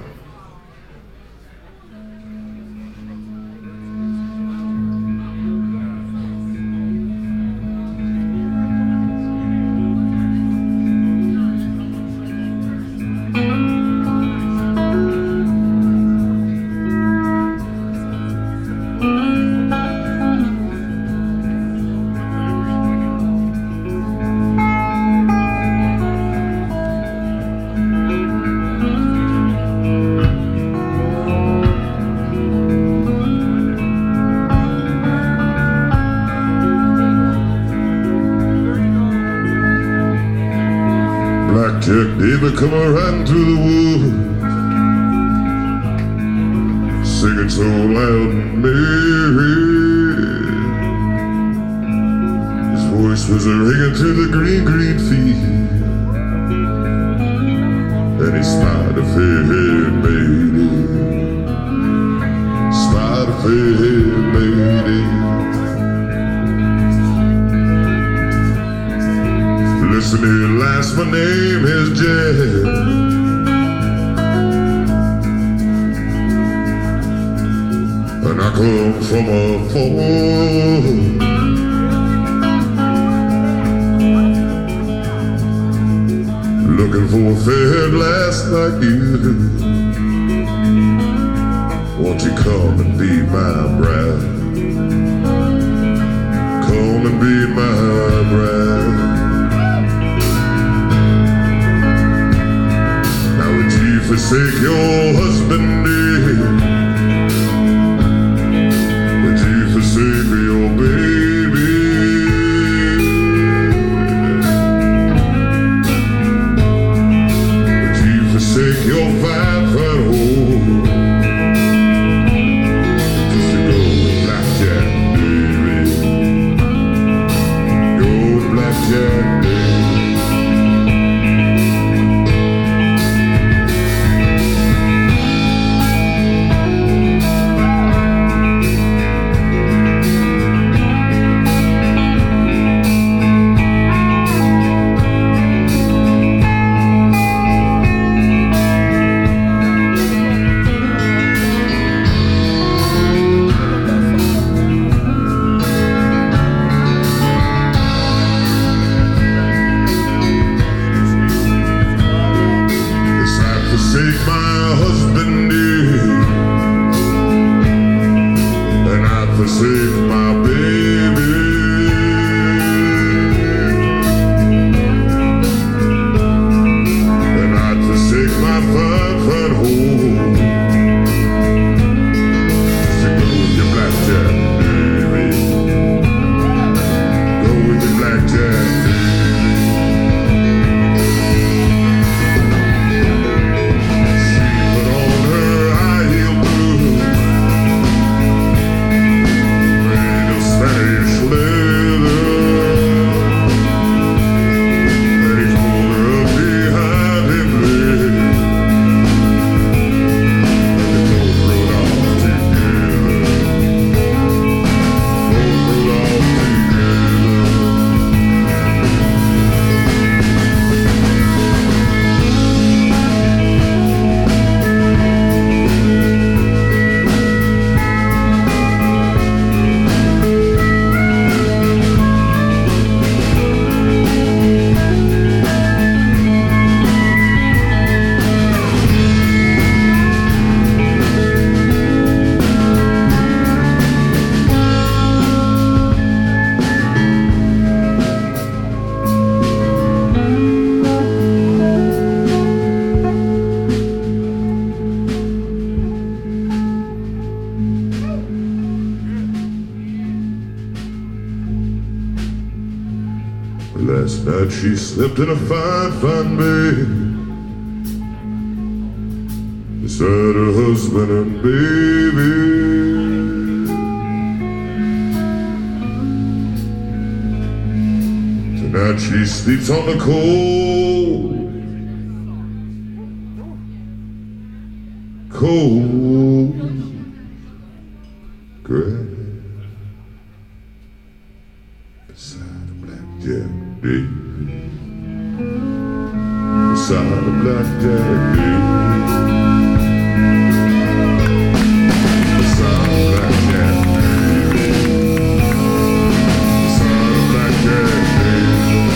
Jack David come riding through the woods, singing so loud and merry. His voice was ringing through the green, green field, and he spied a fair-haired lady, spied a fair-haired lady. Listen here, lass, my name is Jack, and I come from a farm, looking for a fair lass like you. Won't you come and be my bride? Come and be my bride. Now would you forsake your husband, dear? Would you forsake your baby? Would you forsake your fine, fine home? Just to go with blackjack, baby. Go with blackjack, baby. Forsake my husband, dear, and I forsake my baby. And I'd forsake my fine, fine home. Just to go with your blackjack, baby. Go with your blackjack, baby. Last night she slept in a fine, fine bed beside her husband and baby. Tonight she sleeps on the cold, cold grass beside a blackjack baby, beside a blackjack baby, beside a blackjack baby, beside a blackjack baby.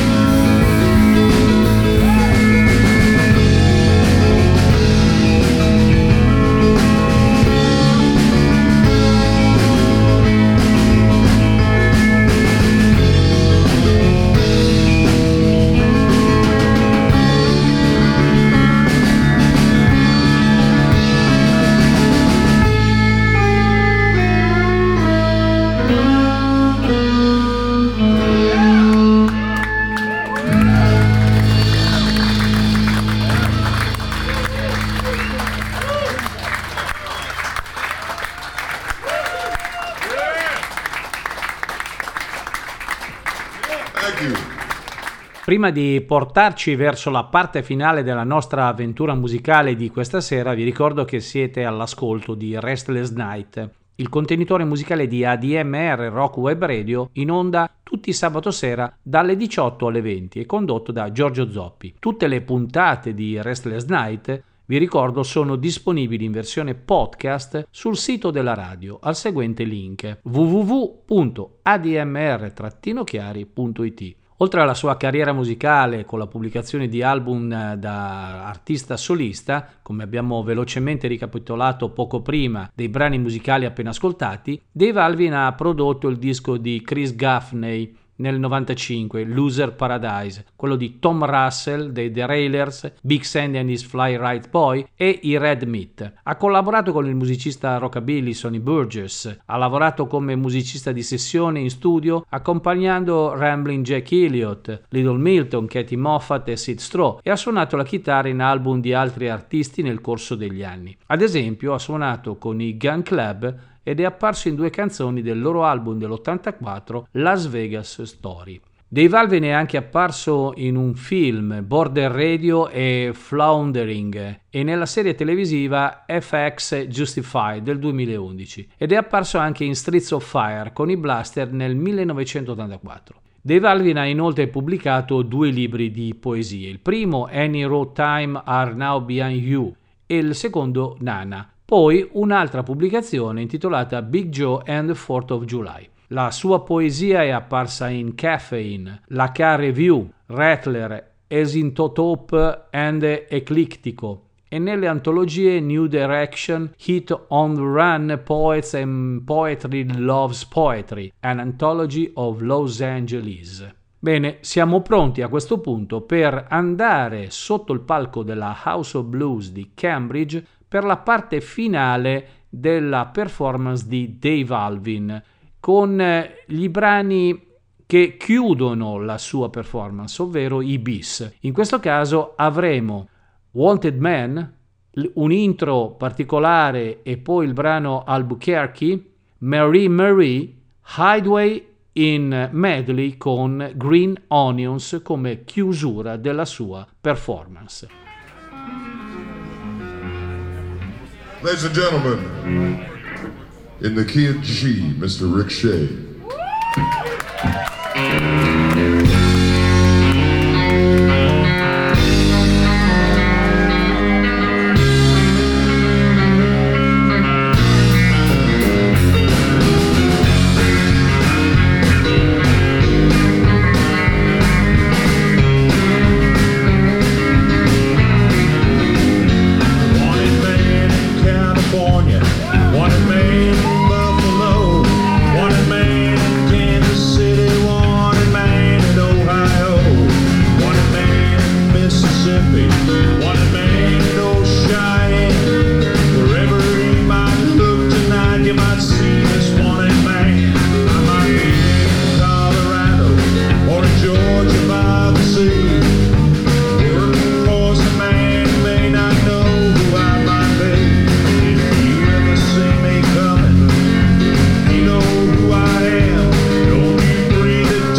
Prima di portarci verso la parte finale della nostra avventura musicale di questa sera, vi ricordo che siete all'ascolto di Restless Night, il contenitore musicale di A D M R Rock Web Radio, in onda tutti i sabato sera dalle diciotto alle venti e condotto da Giorgio Zoppi. Tutte le puntate di Restless Night, vi ricordo, sono disponibili in versione podcast sul sito della radio al seguente link: w w w punto a d m r chiari punto i t. Oltre alla sua carriera musicale con la pubblicazione di album da artista solista, come abbiamo velocemente ricapitolato poco prima dei brani musicali appena ascoltati, Dave Alvin ha prodotto il disco di Chris Gaffney nel novantacinque, Loser Paradise, quello di Tom Russell dei The Railers, Big Sandy and His Fly Right Boy e i Red Meat. Ha collaborato con il musicista rockabilly Sonny Burgess, ha lavorato come musicista di sessione in studio accompagnando Ramblin' Jack Elliott, Little Milton, Katie Moffat e Sid Straw, e ha suonato la chitarra in album di altri artisti nel corso degli anni. Ad esempio ha suonato con i Gun Club ed è apparso in due canzoni del loro album dell'ottantaquattro, Las Vegas Story. Dave Alvin è anche apparso in un film, Border Radio e Floundering, e nella serie televisiva F X Justified del duemilaundici, ed è apparso anche in Streets of Fire con i Blaster nel millenovecentottantaquattro. Dave Alvin ha inoltre pubblicato due libri di poesie, il primo Any Road Time Are Now Behind You e il secondo Nana. Poi un'altra pubblicazione intitolata Big Joe and the fourth of July. La sua poesia è apparsa in Caffeine, La K Review, Rattler, Asymptote and Eclittico e nelle antologie New Direction, Hit on the Run, Poets and Poetry Loves Poetry, an Anthology of Los Angeles. Bene, siamo pronti a questo punto per andare sotto il palco della House of Blues di Cambridge per la parte finale della performance di Dave Alvin, con gli brani che chiudono la sua performance, ovvero i bis. In questo caso avremo Wanted Man, un intro particolare e poi il brano Albuquerque, Marie Marie, Hideaway in medley con Green Onions come chiusura della sua performance. Ladies and gentlemen, in the key of G, Mister Rick Shea.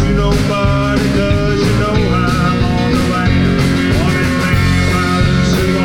Wanted man,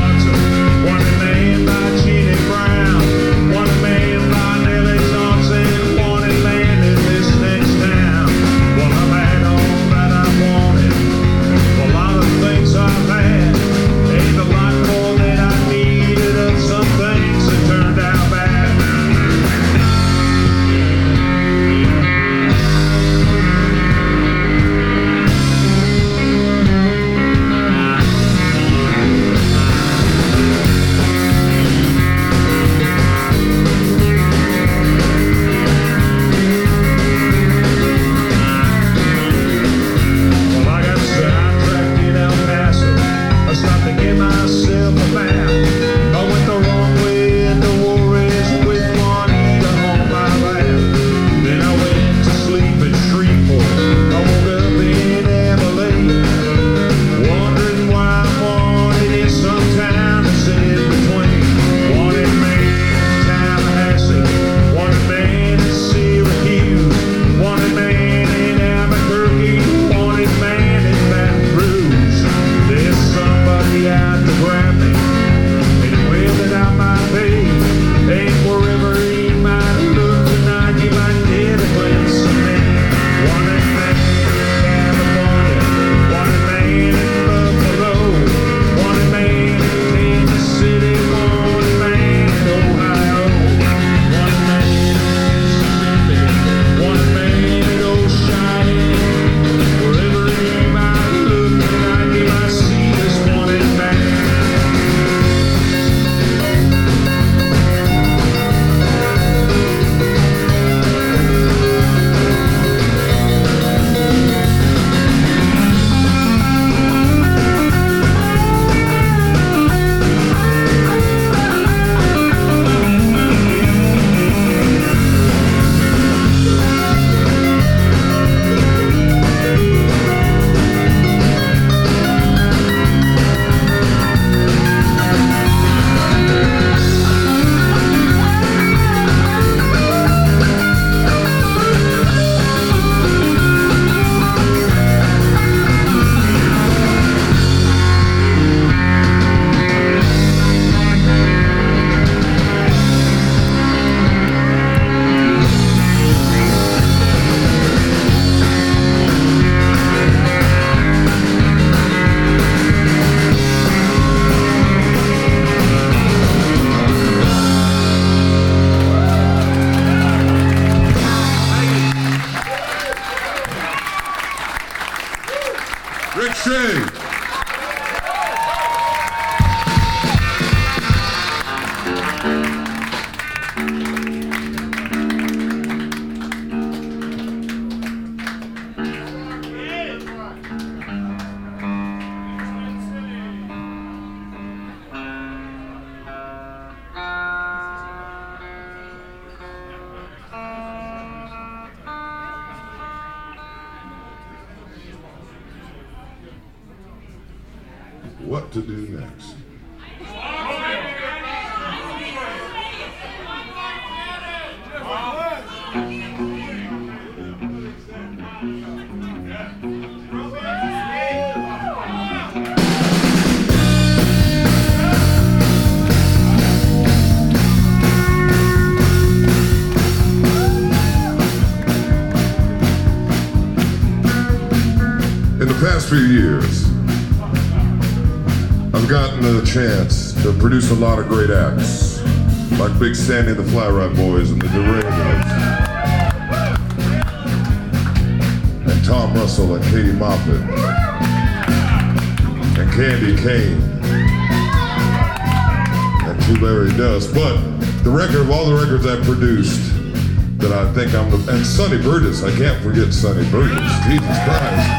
J. What to do next? In the past few years, I've gotten a chance to produce a lot of great acts, like Big Sandy and the Fly Rod Boys and the Derandos, and Tom Russell and Katie Moffett, and Candy Kane, and Two Larry Dust. But the record of all the records I produced that I think I'm the, and Sonny Burgess, I can't forget Sonny Burgess, Jesus Christ.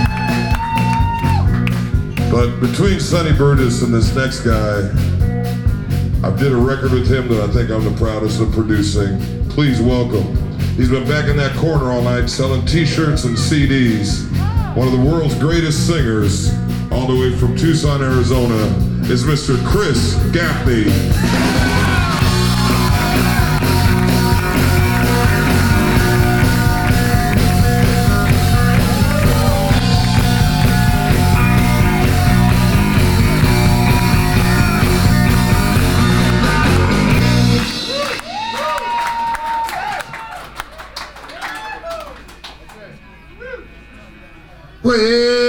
But between Sonny Burgess and this next guy, I did a record with him that I think I'm the proudest of producing. Please welcome. He's been back in that corner all night selling t-shirts and C Ds. One of the world's greatest singers, all the way from Tucson, Arizona, is Mister Chris Gaffney. Well,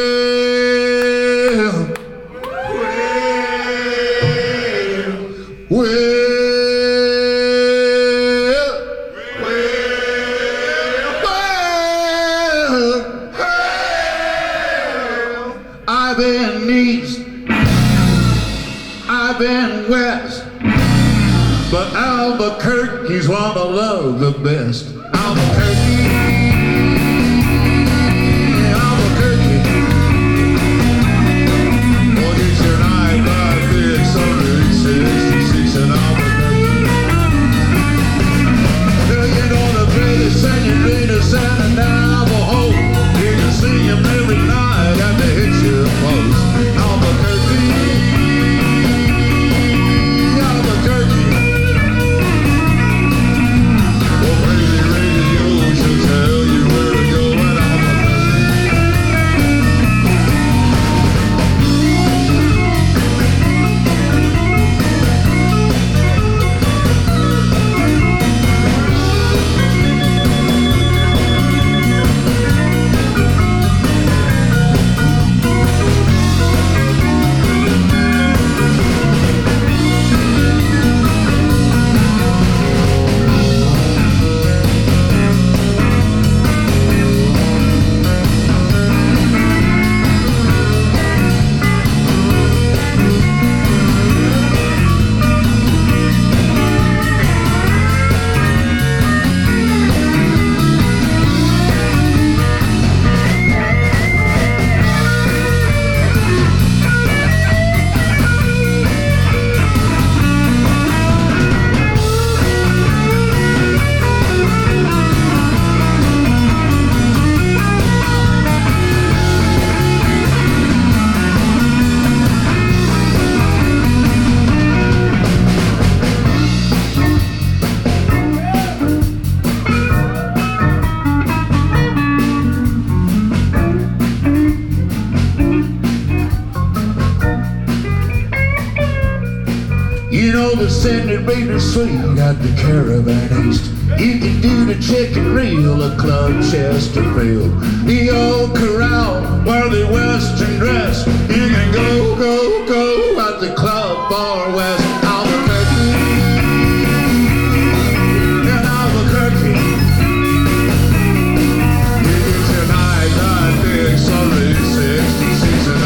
well, well, well, well, I've been east, I've been west, but Albuquerque's one I love the best. Albuquerque. Sending Raider Sweet at the Caravan East. You can do the chicken reel, a club Chesterfield, the old corral where they western dress. You can go, go, go at the club Far West. Albuquerque, in Albuquerque. You get your night, night, big, sorry, sixty season.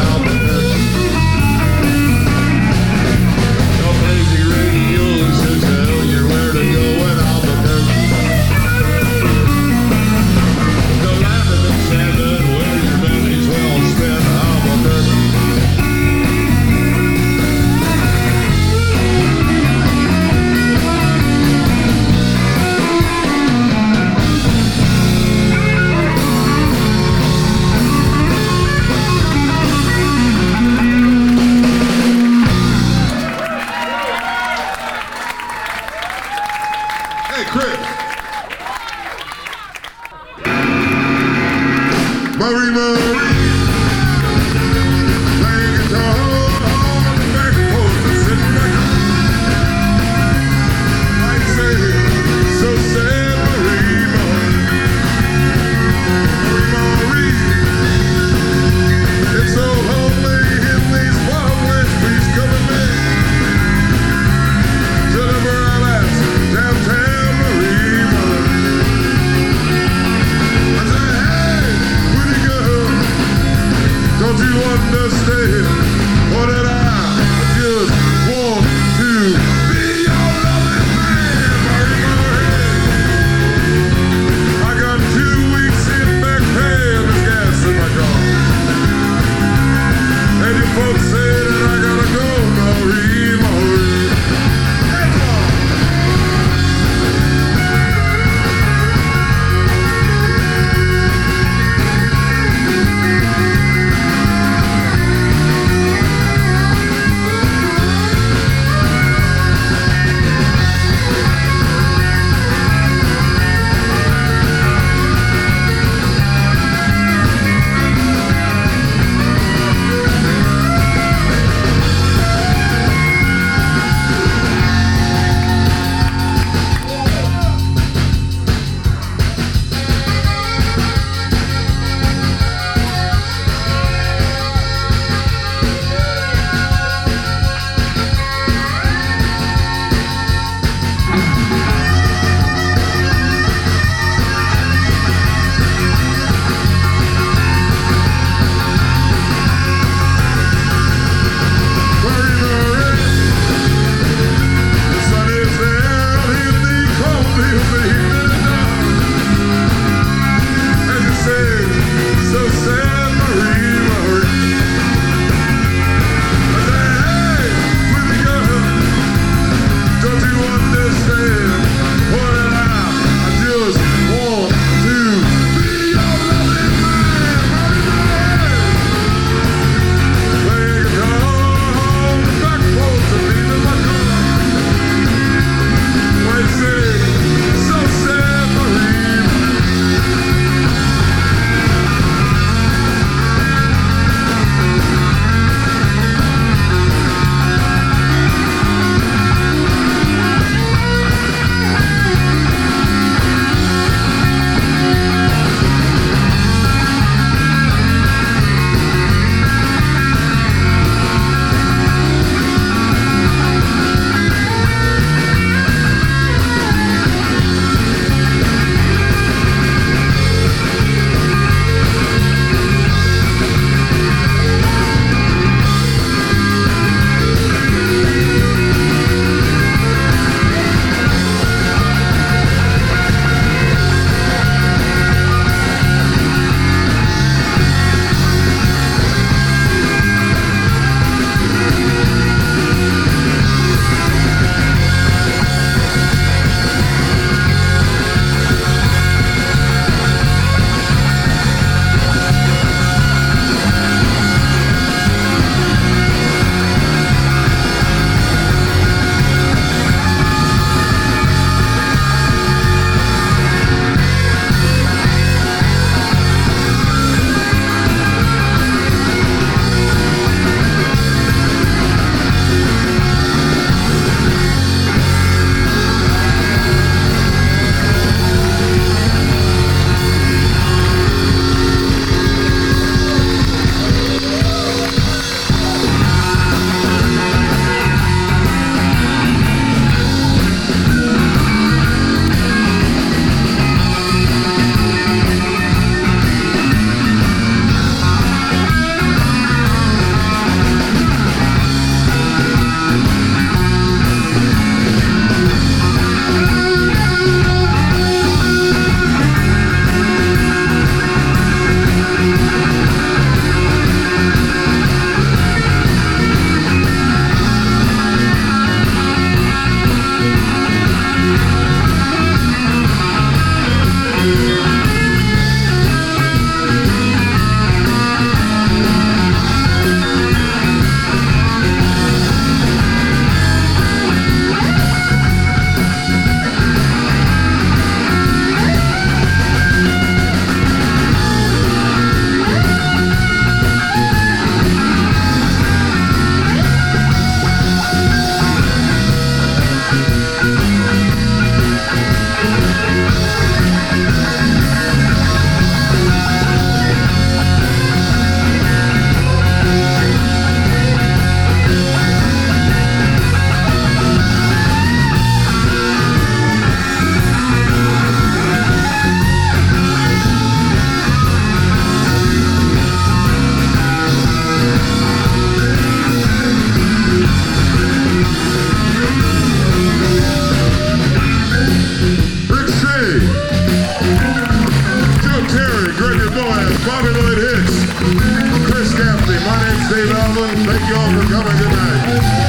Thank you all for coming tonight.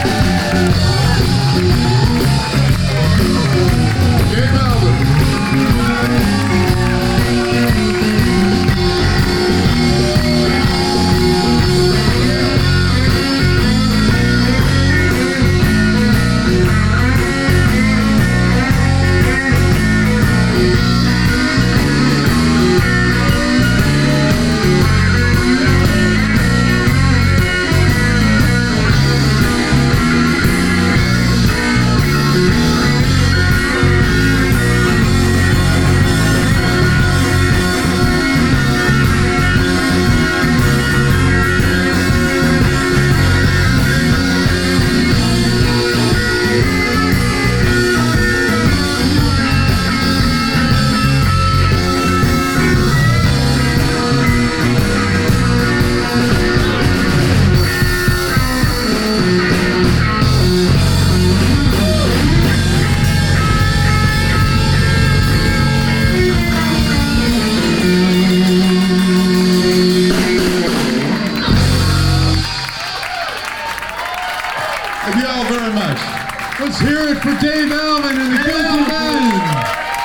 Dave Alvin. Thank you all very much. Let's hear it for Dave Alvin and the Guilty Band.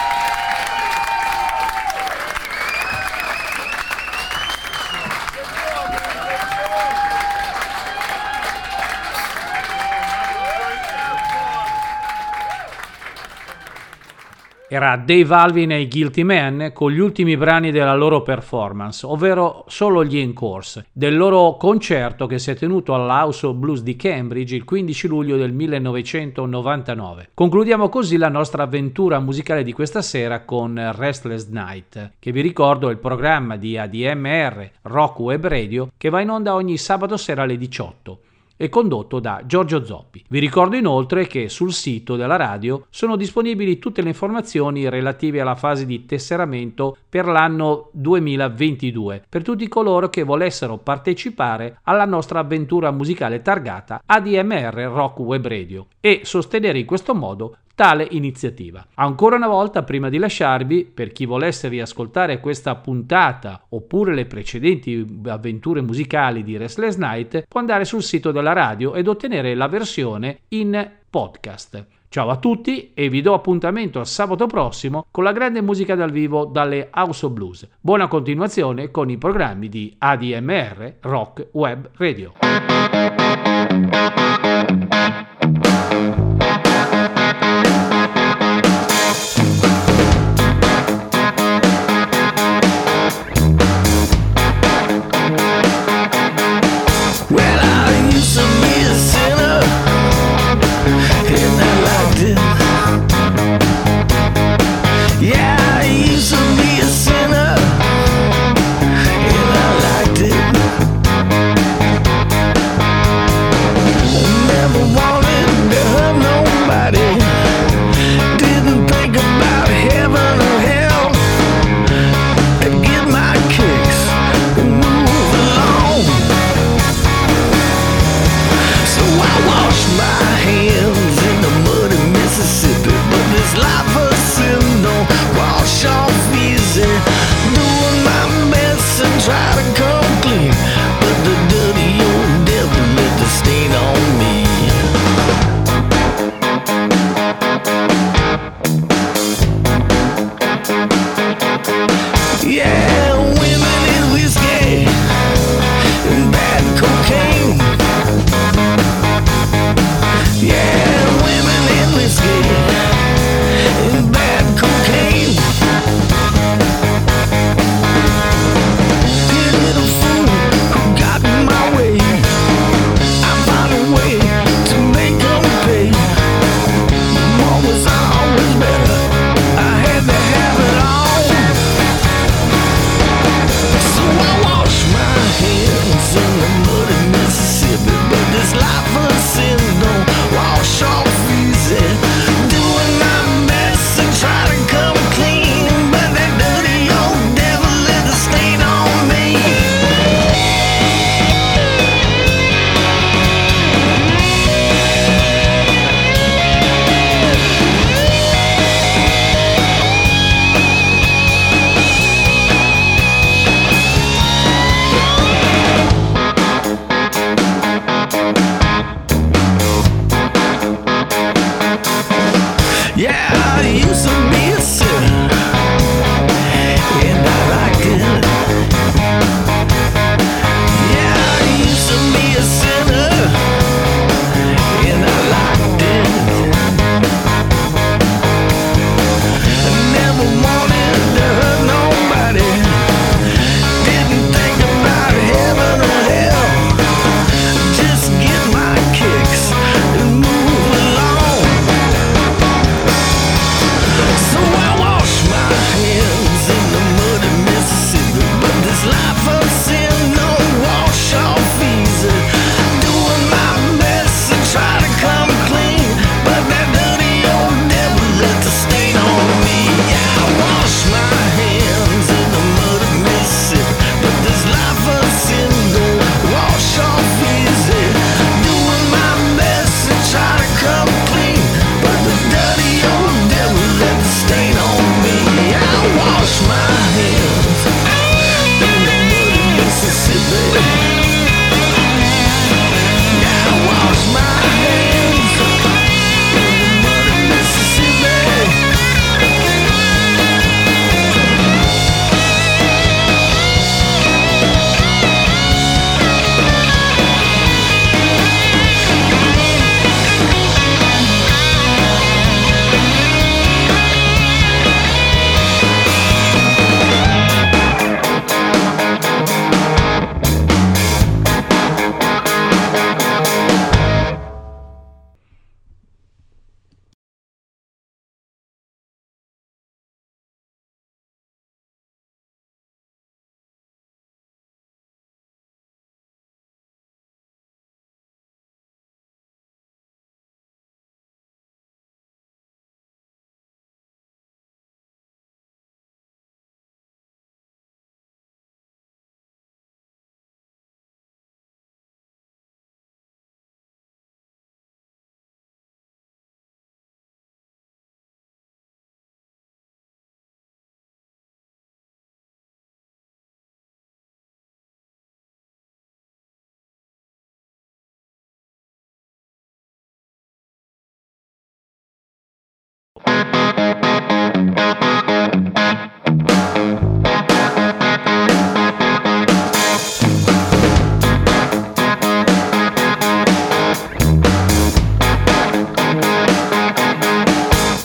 Era Dave Alvin e i Guilty Man con gli ultimi brani della loro performance, ovvero solo gli encores, del loro concerto che si è tenuto all'House of Blues di Cambridge il quindici luglio del millenovecentonovantanove. Concludiamo così la nostra avventura musicale di questa sera con Restless Night, che vi ricordo è il programma di A D M R Rock Web Radio che va in onda ogni sabato sera alle diciotto. E condotto da Giorgio Zoppi. Vi ricordo inoltre che sul sito della radio sono disponibili tutte le informazioni relative alla fase di tesseramento per l'anno duemilaventidue per tutti coloro che volessero partecipare alla nostra avventura musicale targata A D M R Rock Web Radio e sostenere in questo modo tale iniziativa. Ancora una volta, prima di lasciarvi, per chi volesse riascoltare questa puntata oppure le precedenti avventure musicali di Restless Night, può andare sul sito della radio ed ottenere la versione in podcast. Ciao a tutti e vi do appuntamento a sabato prossimo con la grande musica dal vivo dalle House of Blues. Buona continuazione con i programmi di A D M R Rock Web Radio.